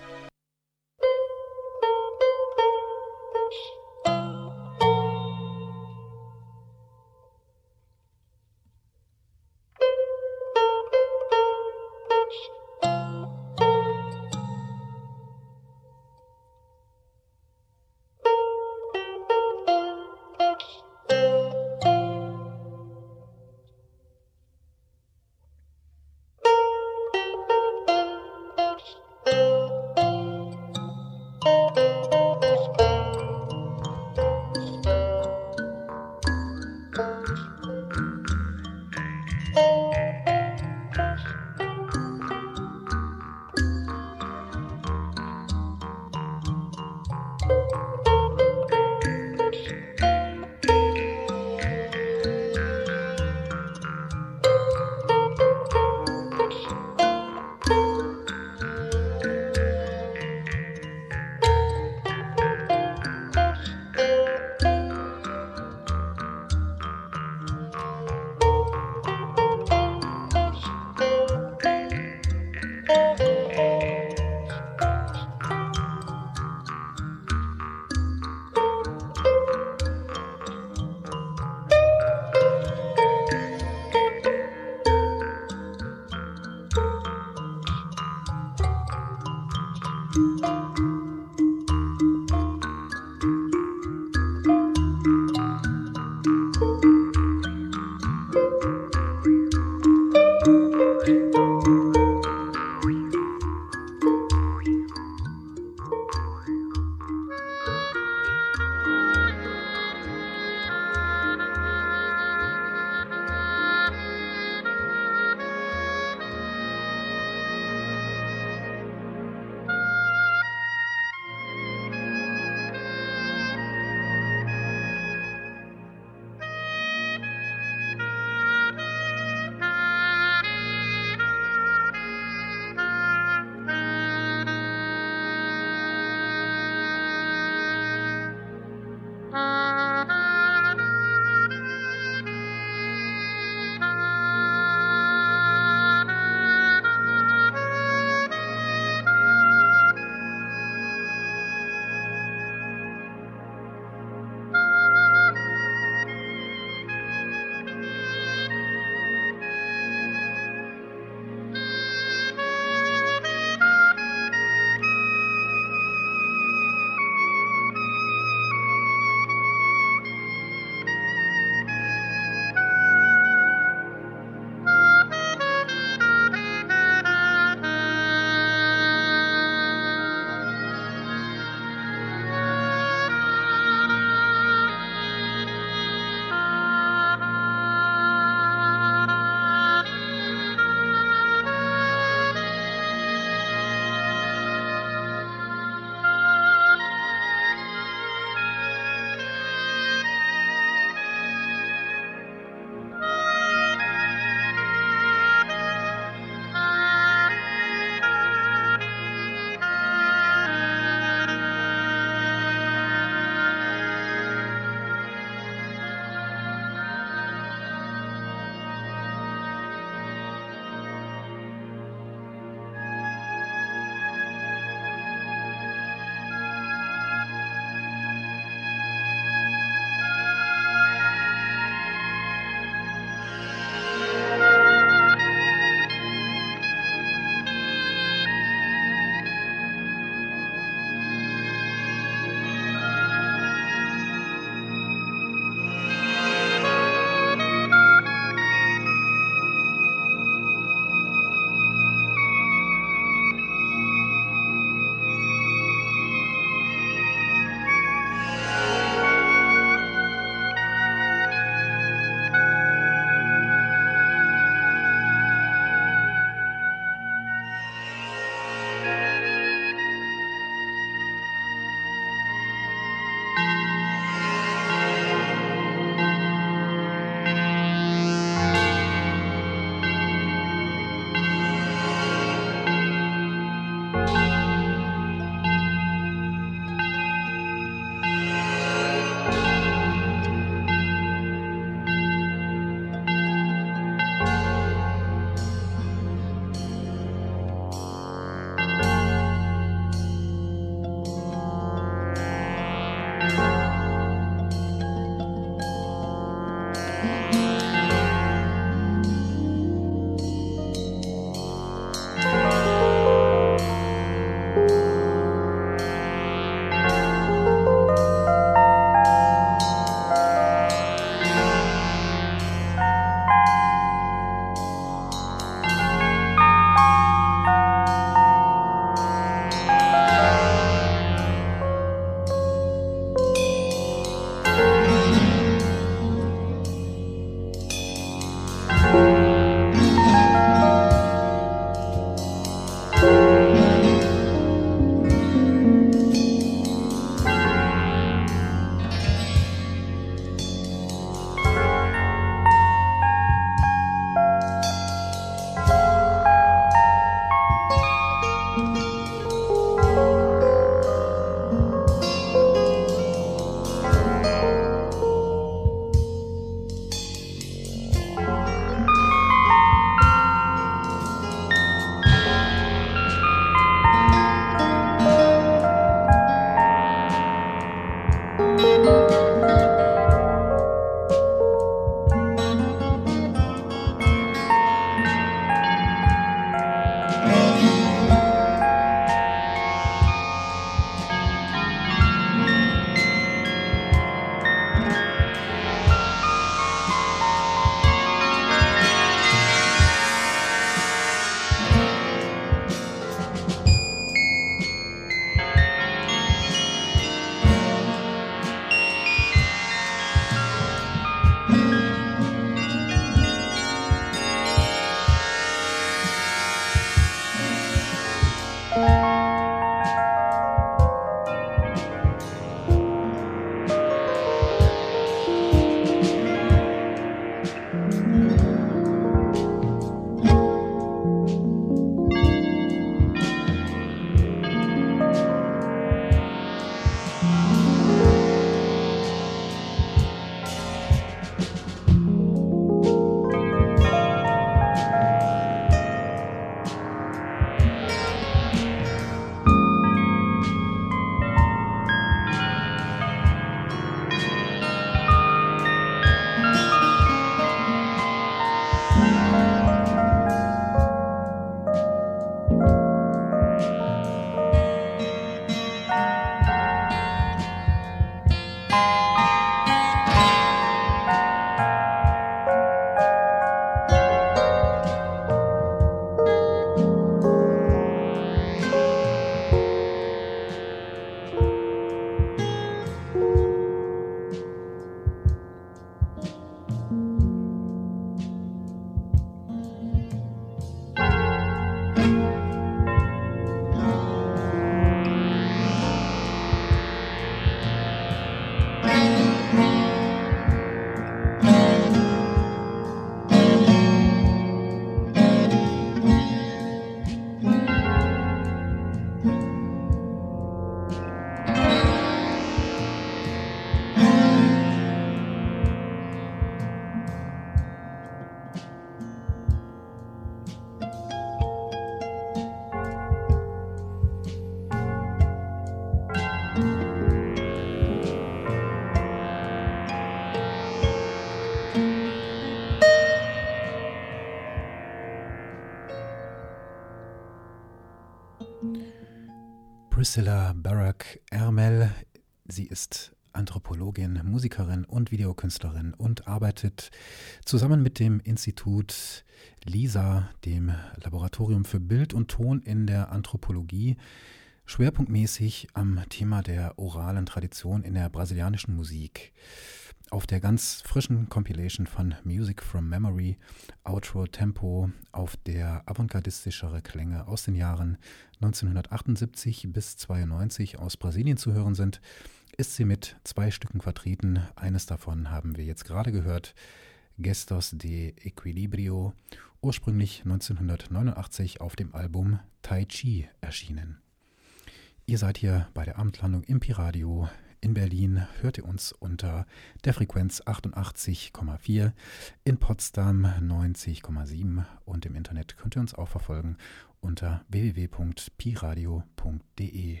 Priscilla Barak-Ermel. Sie ist Anthropologin, Musikerin und Videokünstlerin und arbeitet zusammen mit dem Institut LISA, dem Laboratorium für Bild und Ton in der Anthropologie, schwerpunktmäßig am Thema der oralen Tradition in der brasilianischen Musik. Auf der ganz frischen Compilation von Music from Memory, Outro Tempo, auf der avantgardistischere Klänge aus den Jahren neunzehnhundertachtundsiebzig bis zweiundneunzig aus Brasilien zu hören sind, ist sie mit zwei Stücken vertreten. Eines davon haben wir jetzt gerade gehört, Gestos de Equilibrio, ursprünglich neunzehnhundertneunundachtzig auf dem Album Tai Chi erschienen. Ihr seid hier bei der Abendlandung im Pi-Radio. In Berlin hört ihr uns unter der Frequenz achtundachtzig Komma vier, in Potsdam neunzig Komma sieben und im Internet könnt ihr uns auch verfolgen unter w w w punkt pi radio punkt d e.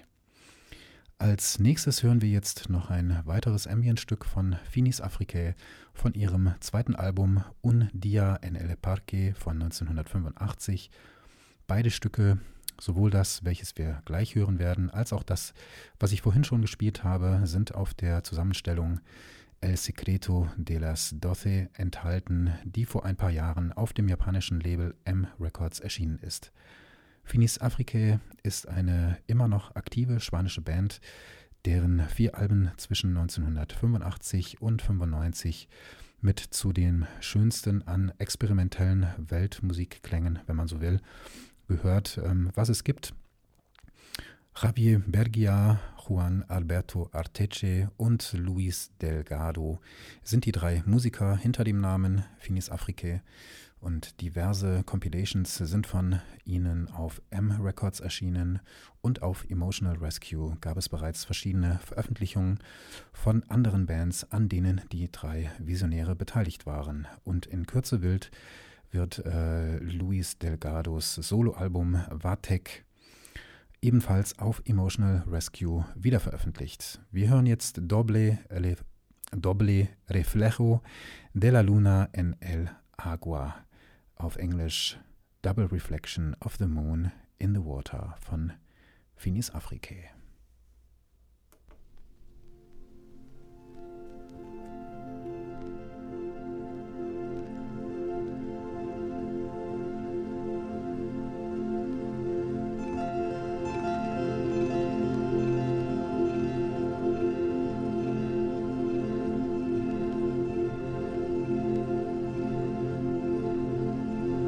Als nächstes hören wir jetzt noch ein weiteres Ambient-Stück von Finis Africae von ihrem zweiten Album Un Dia en el Parque von neunzehnhundertfünfundachtzig. Beide Stücke, sowohl das, welches wir gleich hören werden, als auch das, was ich vorhin schon gespielt habe, sind auf der Zusammenstellung El Secreto de las Doce enthalten, die vor ein paar Jahren auf dem japanischen Label M Records erschienen ist. Finis Africae ist eine immer noch aktive spanische Band, deren vier Alben zwischen neunzehnhundertfünfundachtzig und fünfundneunzig mit zu den schönsten an experimentellen Weltmusikklängen, wenn man so will, gehört, ähm, was es gibt. Javier Bergia, Juan Alberto Arteche und Luis Delgado sind die drei Musiker hinter dem Namen Finis Africae und diverse Compilations sind von ihnen auf M Records erschienen und auf Emotional Rescue gab es bereits verschiedene Veröffentlichungen von anderen Bands, an denen die drei Visionäre beteiligt waren. Und in Kürze wild wird äh, Luis Delgados Soloalbum Vatek ebenfalls auf Emotional Rescue wiederveröffentlicht. Wir hören jetzt Doble, Doble Reflejo de la Luna en el Agua, auf Englisch Double Reflection of the Moon in the Water von Finis Africae.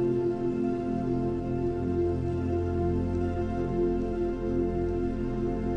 Thank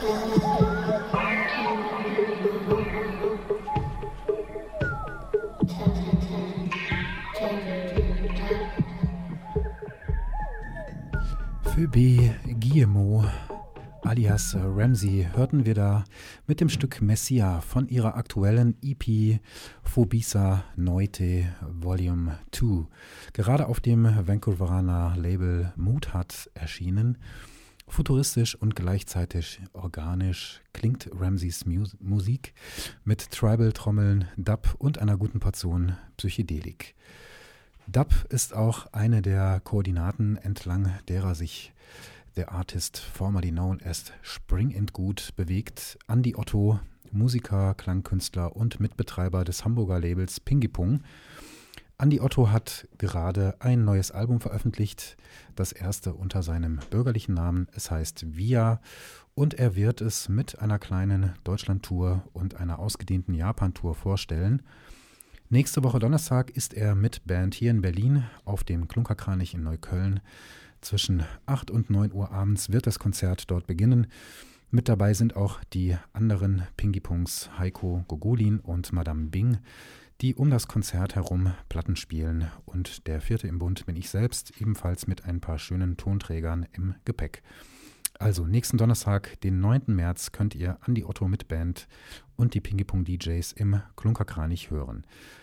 Phoebe Guillemot alias Ramsey hörten wir da mit dem Stück Messia von ihrer aktuellen E P Phobisa Noite Volume zwei, gerade auf dem Vancouveraner Label Mood hat erschienen. Futuristisch und gleichzeitig organisch klingt Ramseys Mus- Musik mit Tribal-Trommeln, Dub und einer guten Portion Psychedelik. Dub ist auch eine der Koordinaten, entlang derer sich der Artist formerly known as Spring and Good bewegt. Andi Otto, Musiker, Klangkünstler und Mitbetreiber des Hamburger Labels Pingipong. Andi Otto hat gerade ein neues Album veröffentlicht, das erste unter seinem bürgerlichen Namen. Es heißt Via und er wird es mit einer kleinen Deutschland-Tour und einer ausgedehnten Japan-Tour vorstellen. Nächste Woche Donnerstag ist er mit Band hier in Berlin auf dem Klunkerkranich in Neukölln. Zwischen acht und neun Uhr abends wird das Konzert dort beginnen. Mit dabei sind auch die anderen Pingipongs Heiko Gogolin und Madame Bing, die um das Konzert herum Platten spielen. Und der vierte im Bund bin ich selbst, ebenfalls mit ein paar schönen Tonträgern im Gepäck. Also nächsten Donnerstag, den neunten März, könnt ihr Andi Otto mit Band und die Pingipong-D Js im Klunkerkranich hören.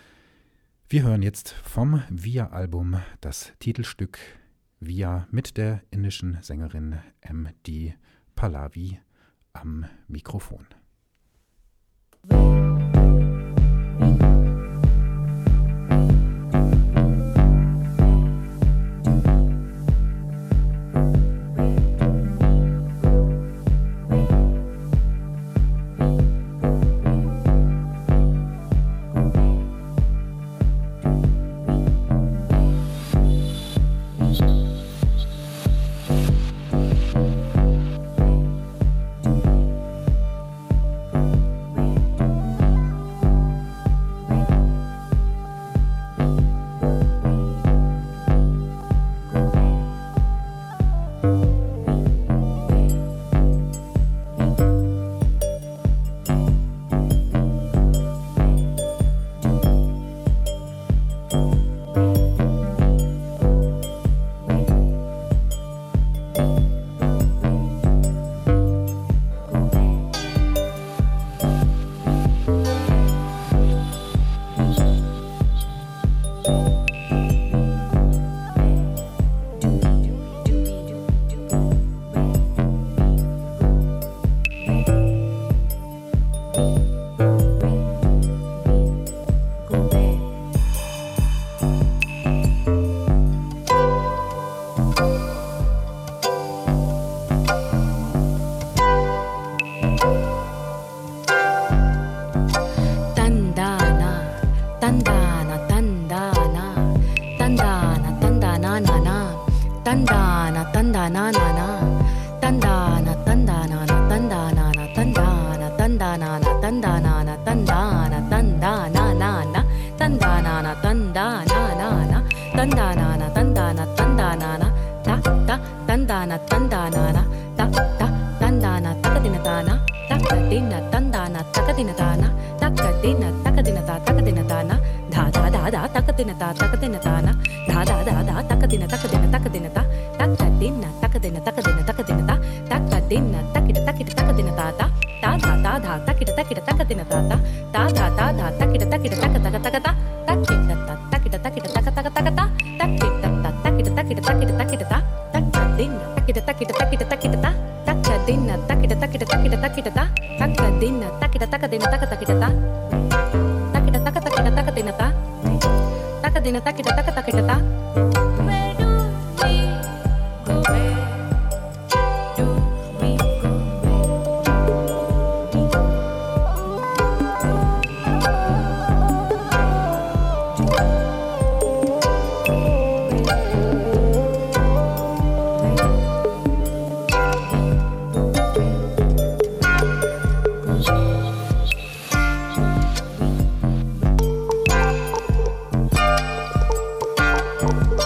Wir hören jetzt vom Via-Album das Titelstück Via mit der indischen Sängerin M D Pallavi am Mikrofon. Thank you.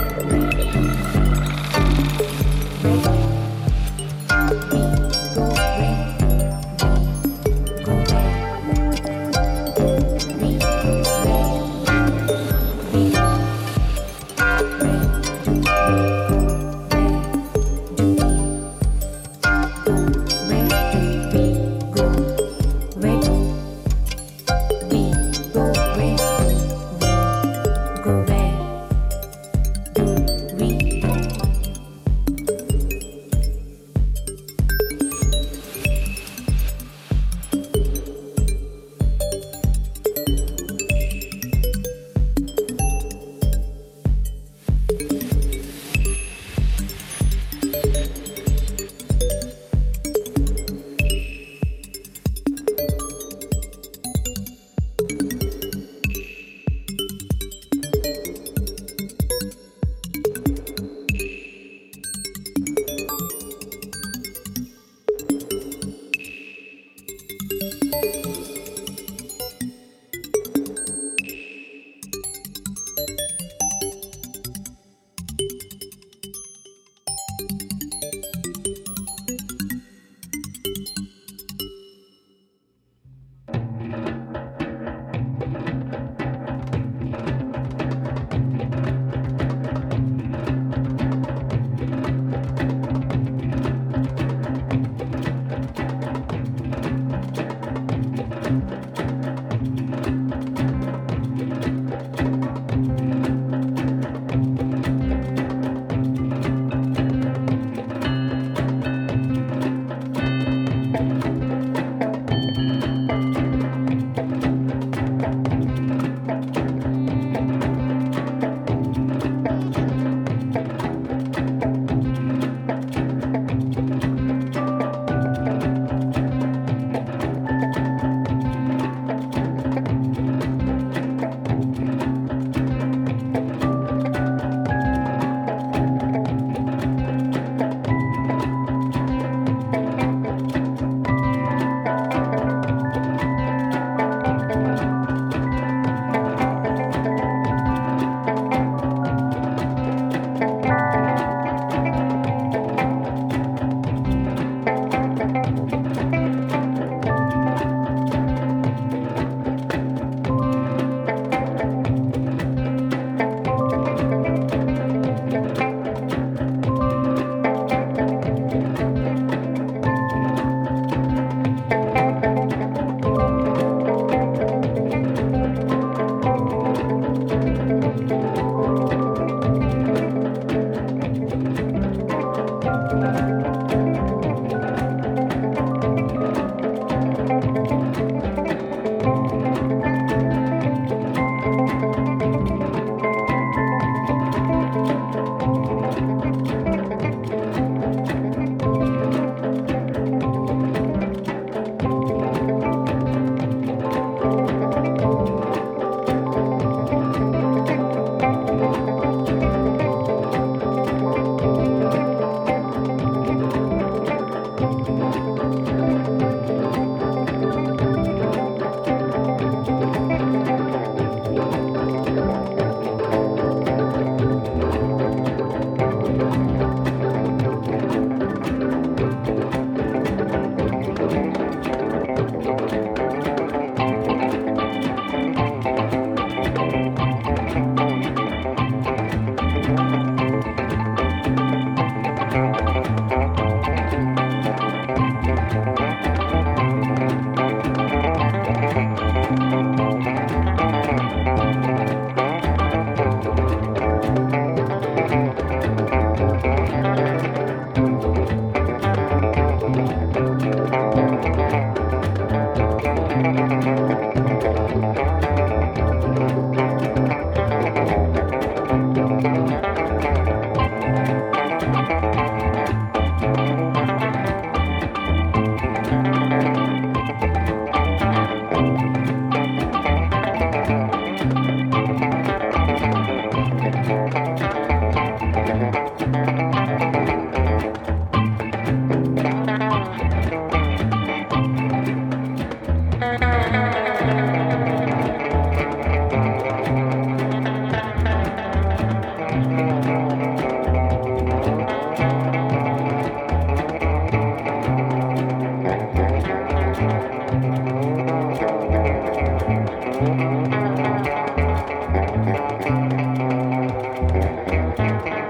Thank you.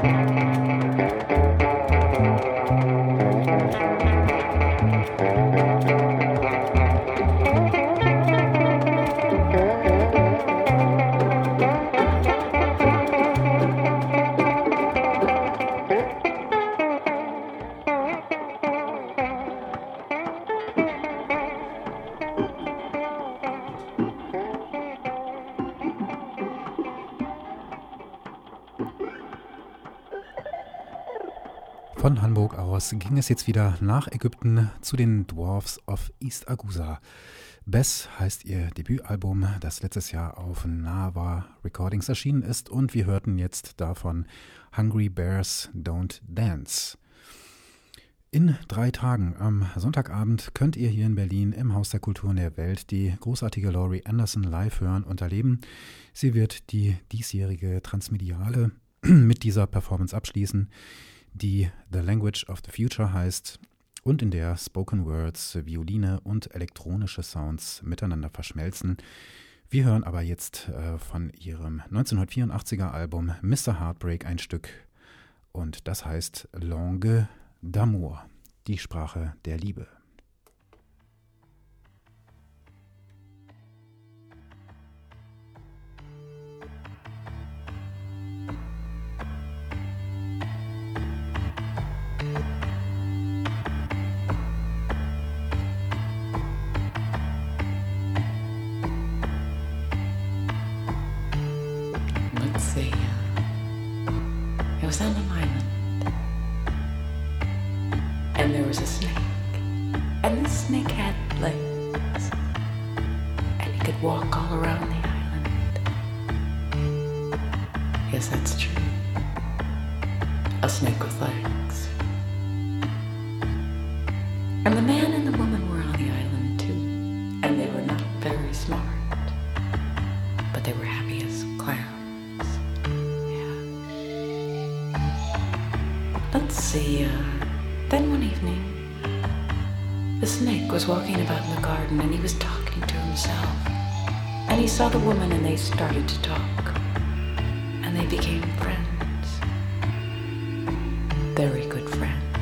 Von Hamburg aus ging es jetzt wieder nach Ägypten zu den Dwarfs of East Agusa. Bess heißt ihr Debütalbum, das letztes Jahr auf Nava Recordings erschienen ist, und wir hörten jetzt davon Hungry Bears Don't Dance. In drei Tagen am Sonntagabend könnt ihr hier in Berlin im Haus der Kulturen der Welt die großartige Laurie Anderson live hören und erleben. Sie wird die diesjährige Transmediale mit dieser Performance abschließen, die The Language of the Future heißt und in der Spoken Words, Violine und elektronische Sounds miteinander verschmelzen. Wir hören aber jetzt äh, von ihrem neunzehnhundertvierundachtziger Album Mister Heartbreak ein Stück, und das heißt Langue d'amour, die Sprache der Liebe. was on an island, and there was a snake, and this snake had legs, and he could walk all around the island. Yes, that's true. A snake with legs. And the man and the woman were on the island too, and they were not very smart, but they were happy as clams. Let's see, uh, then one evening, the snake was walking about in the garden and he was talking to himself. And he saw the woman and they started to talk. And they became friends. Very good friends.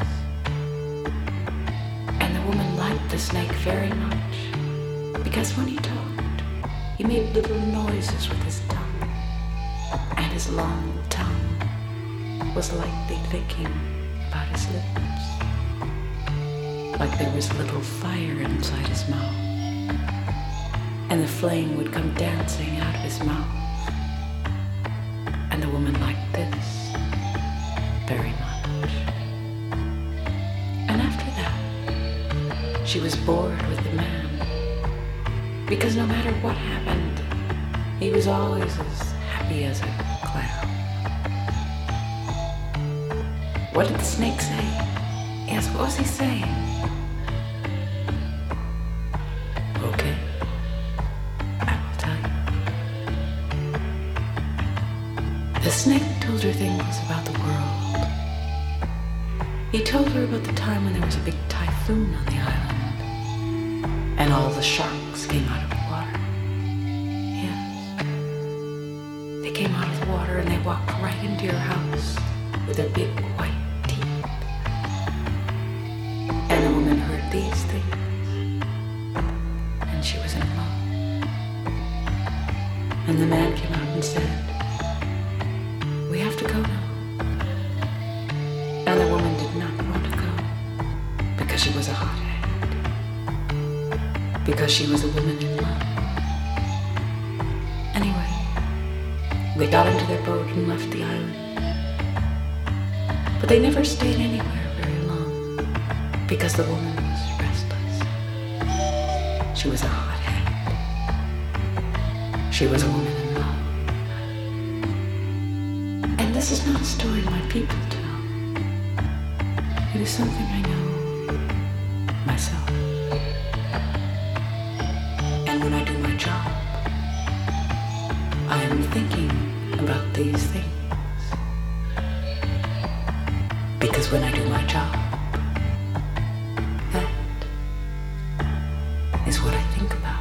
And the woman liked the snake very much. Because when he talked, he made little noises with his tongue. And his long tongue was lightly thinking about his lips, like there was a little fire inside his mouth, and the flame would come dancing out of his mouth. And the woman liked this very much. And after that, she was bored with the man, because no matter what happened, he was always as happy as a clam. What did the snake say? Yes, what was he saying? Okay, I will tell you. The snake told her things about the world. He told her about the time when there was a big typhoon on the island, and all the sharks came out of the water. Yes, they came out of the water and they walked right into your house with their big white teeth. And the woman heard these things, and she was in love. And the man came out and said, "We have to go now." And the woman did not want to go, because she was a hothead, because she was a woman in love. Anyway, they got into their boat and left the island. But they never stayed anywhere very long, because the woman was restless. She was a hothead. She was a woman in love. And this is not a story my people tell. It is something I know myself. And when I do my job, I am thinking about these things. Because when I do my job, that is what I think about.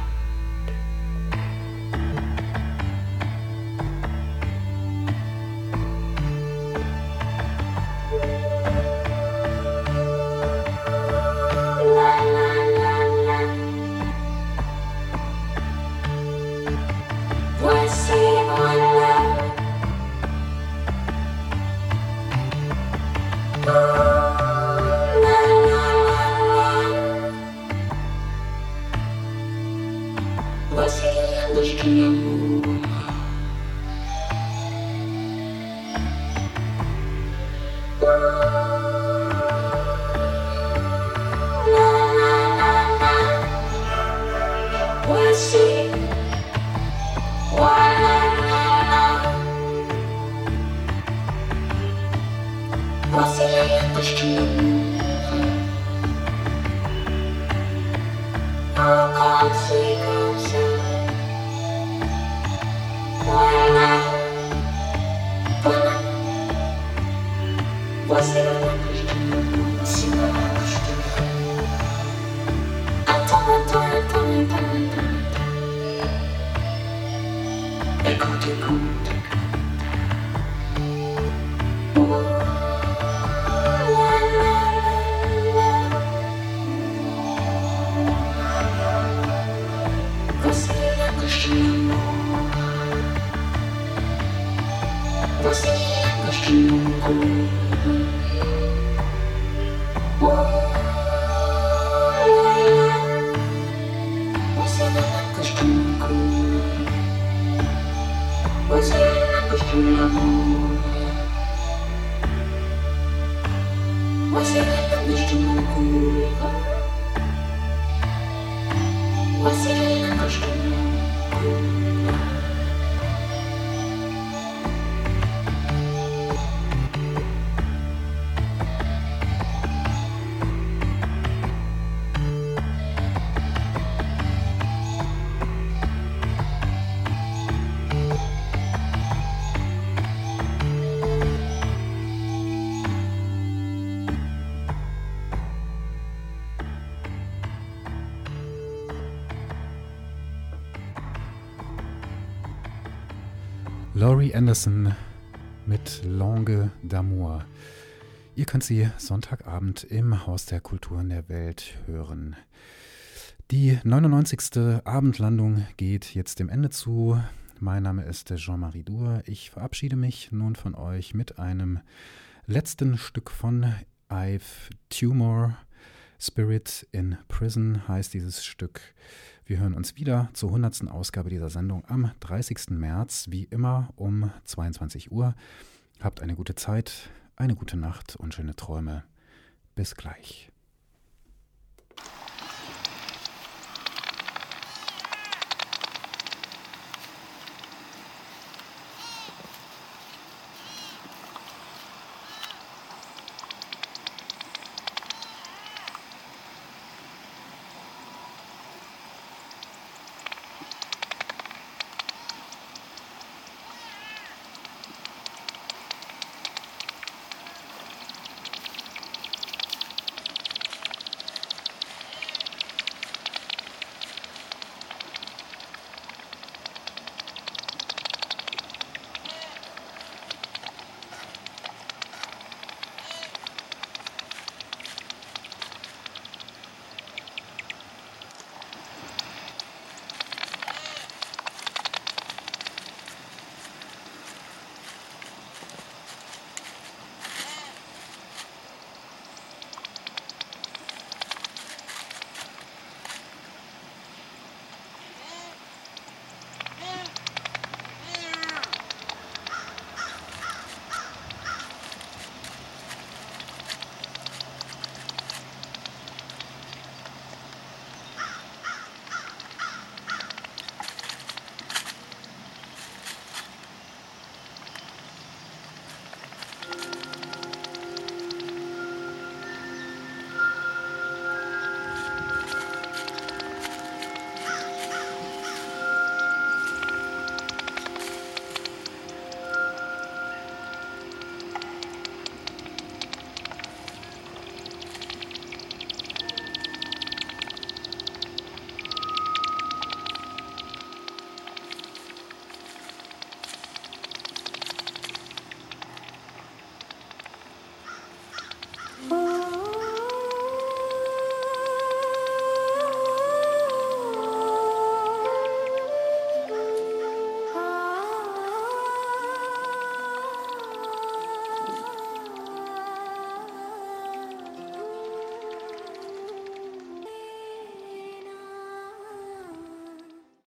Laurie Anderson mit Langue d'Amour. Ihr könnt sie Sonntagabend im Haus der Kulturen der Welt hören. Die neunundneunzigste Abendlandung geht jetzt dem Ende zu. Mein Name ist Jean-Marie Dur. Ich verabschiede mich nun von euch mit einem letzten Stück von I've Tumor. Spirit in Prison heißt dieses Stück. Wir hören uns wieder zur hundertsten Ausgabe dieser Sendung am dreißigsten März, wie immer um zweiundzwanzig Uhr. Habt eine gute Zeit, eine gute Nacht und schöne Träume. Bis gleich.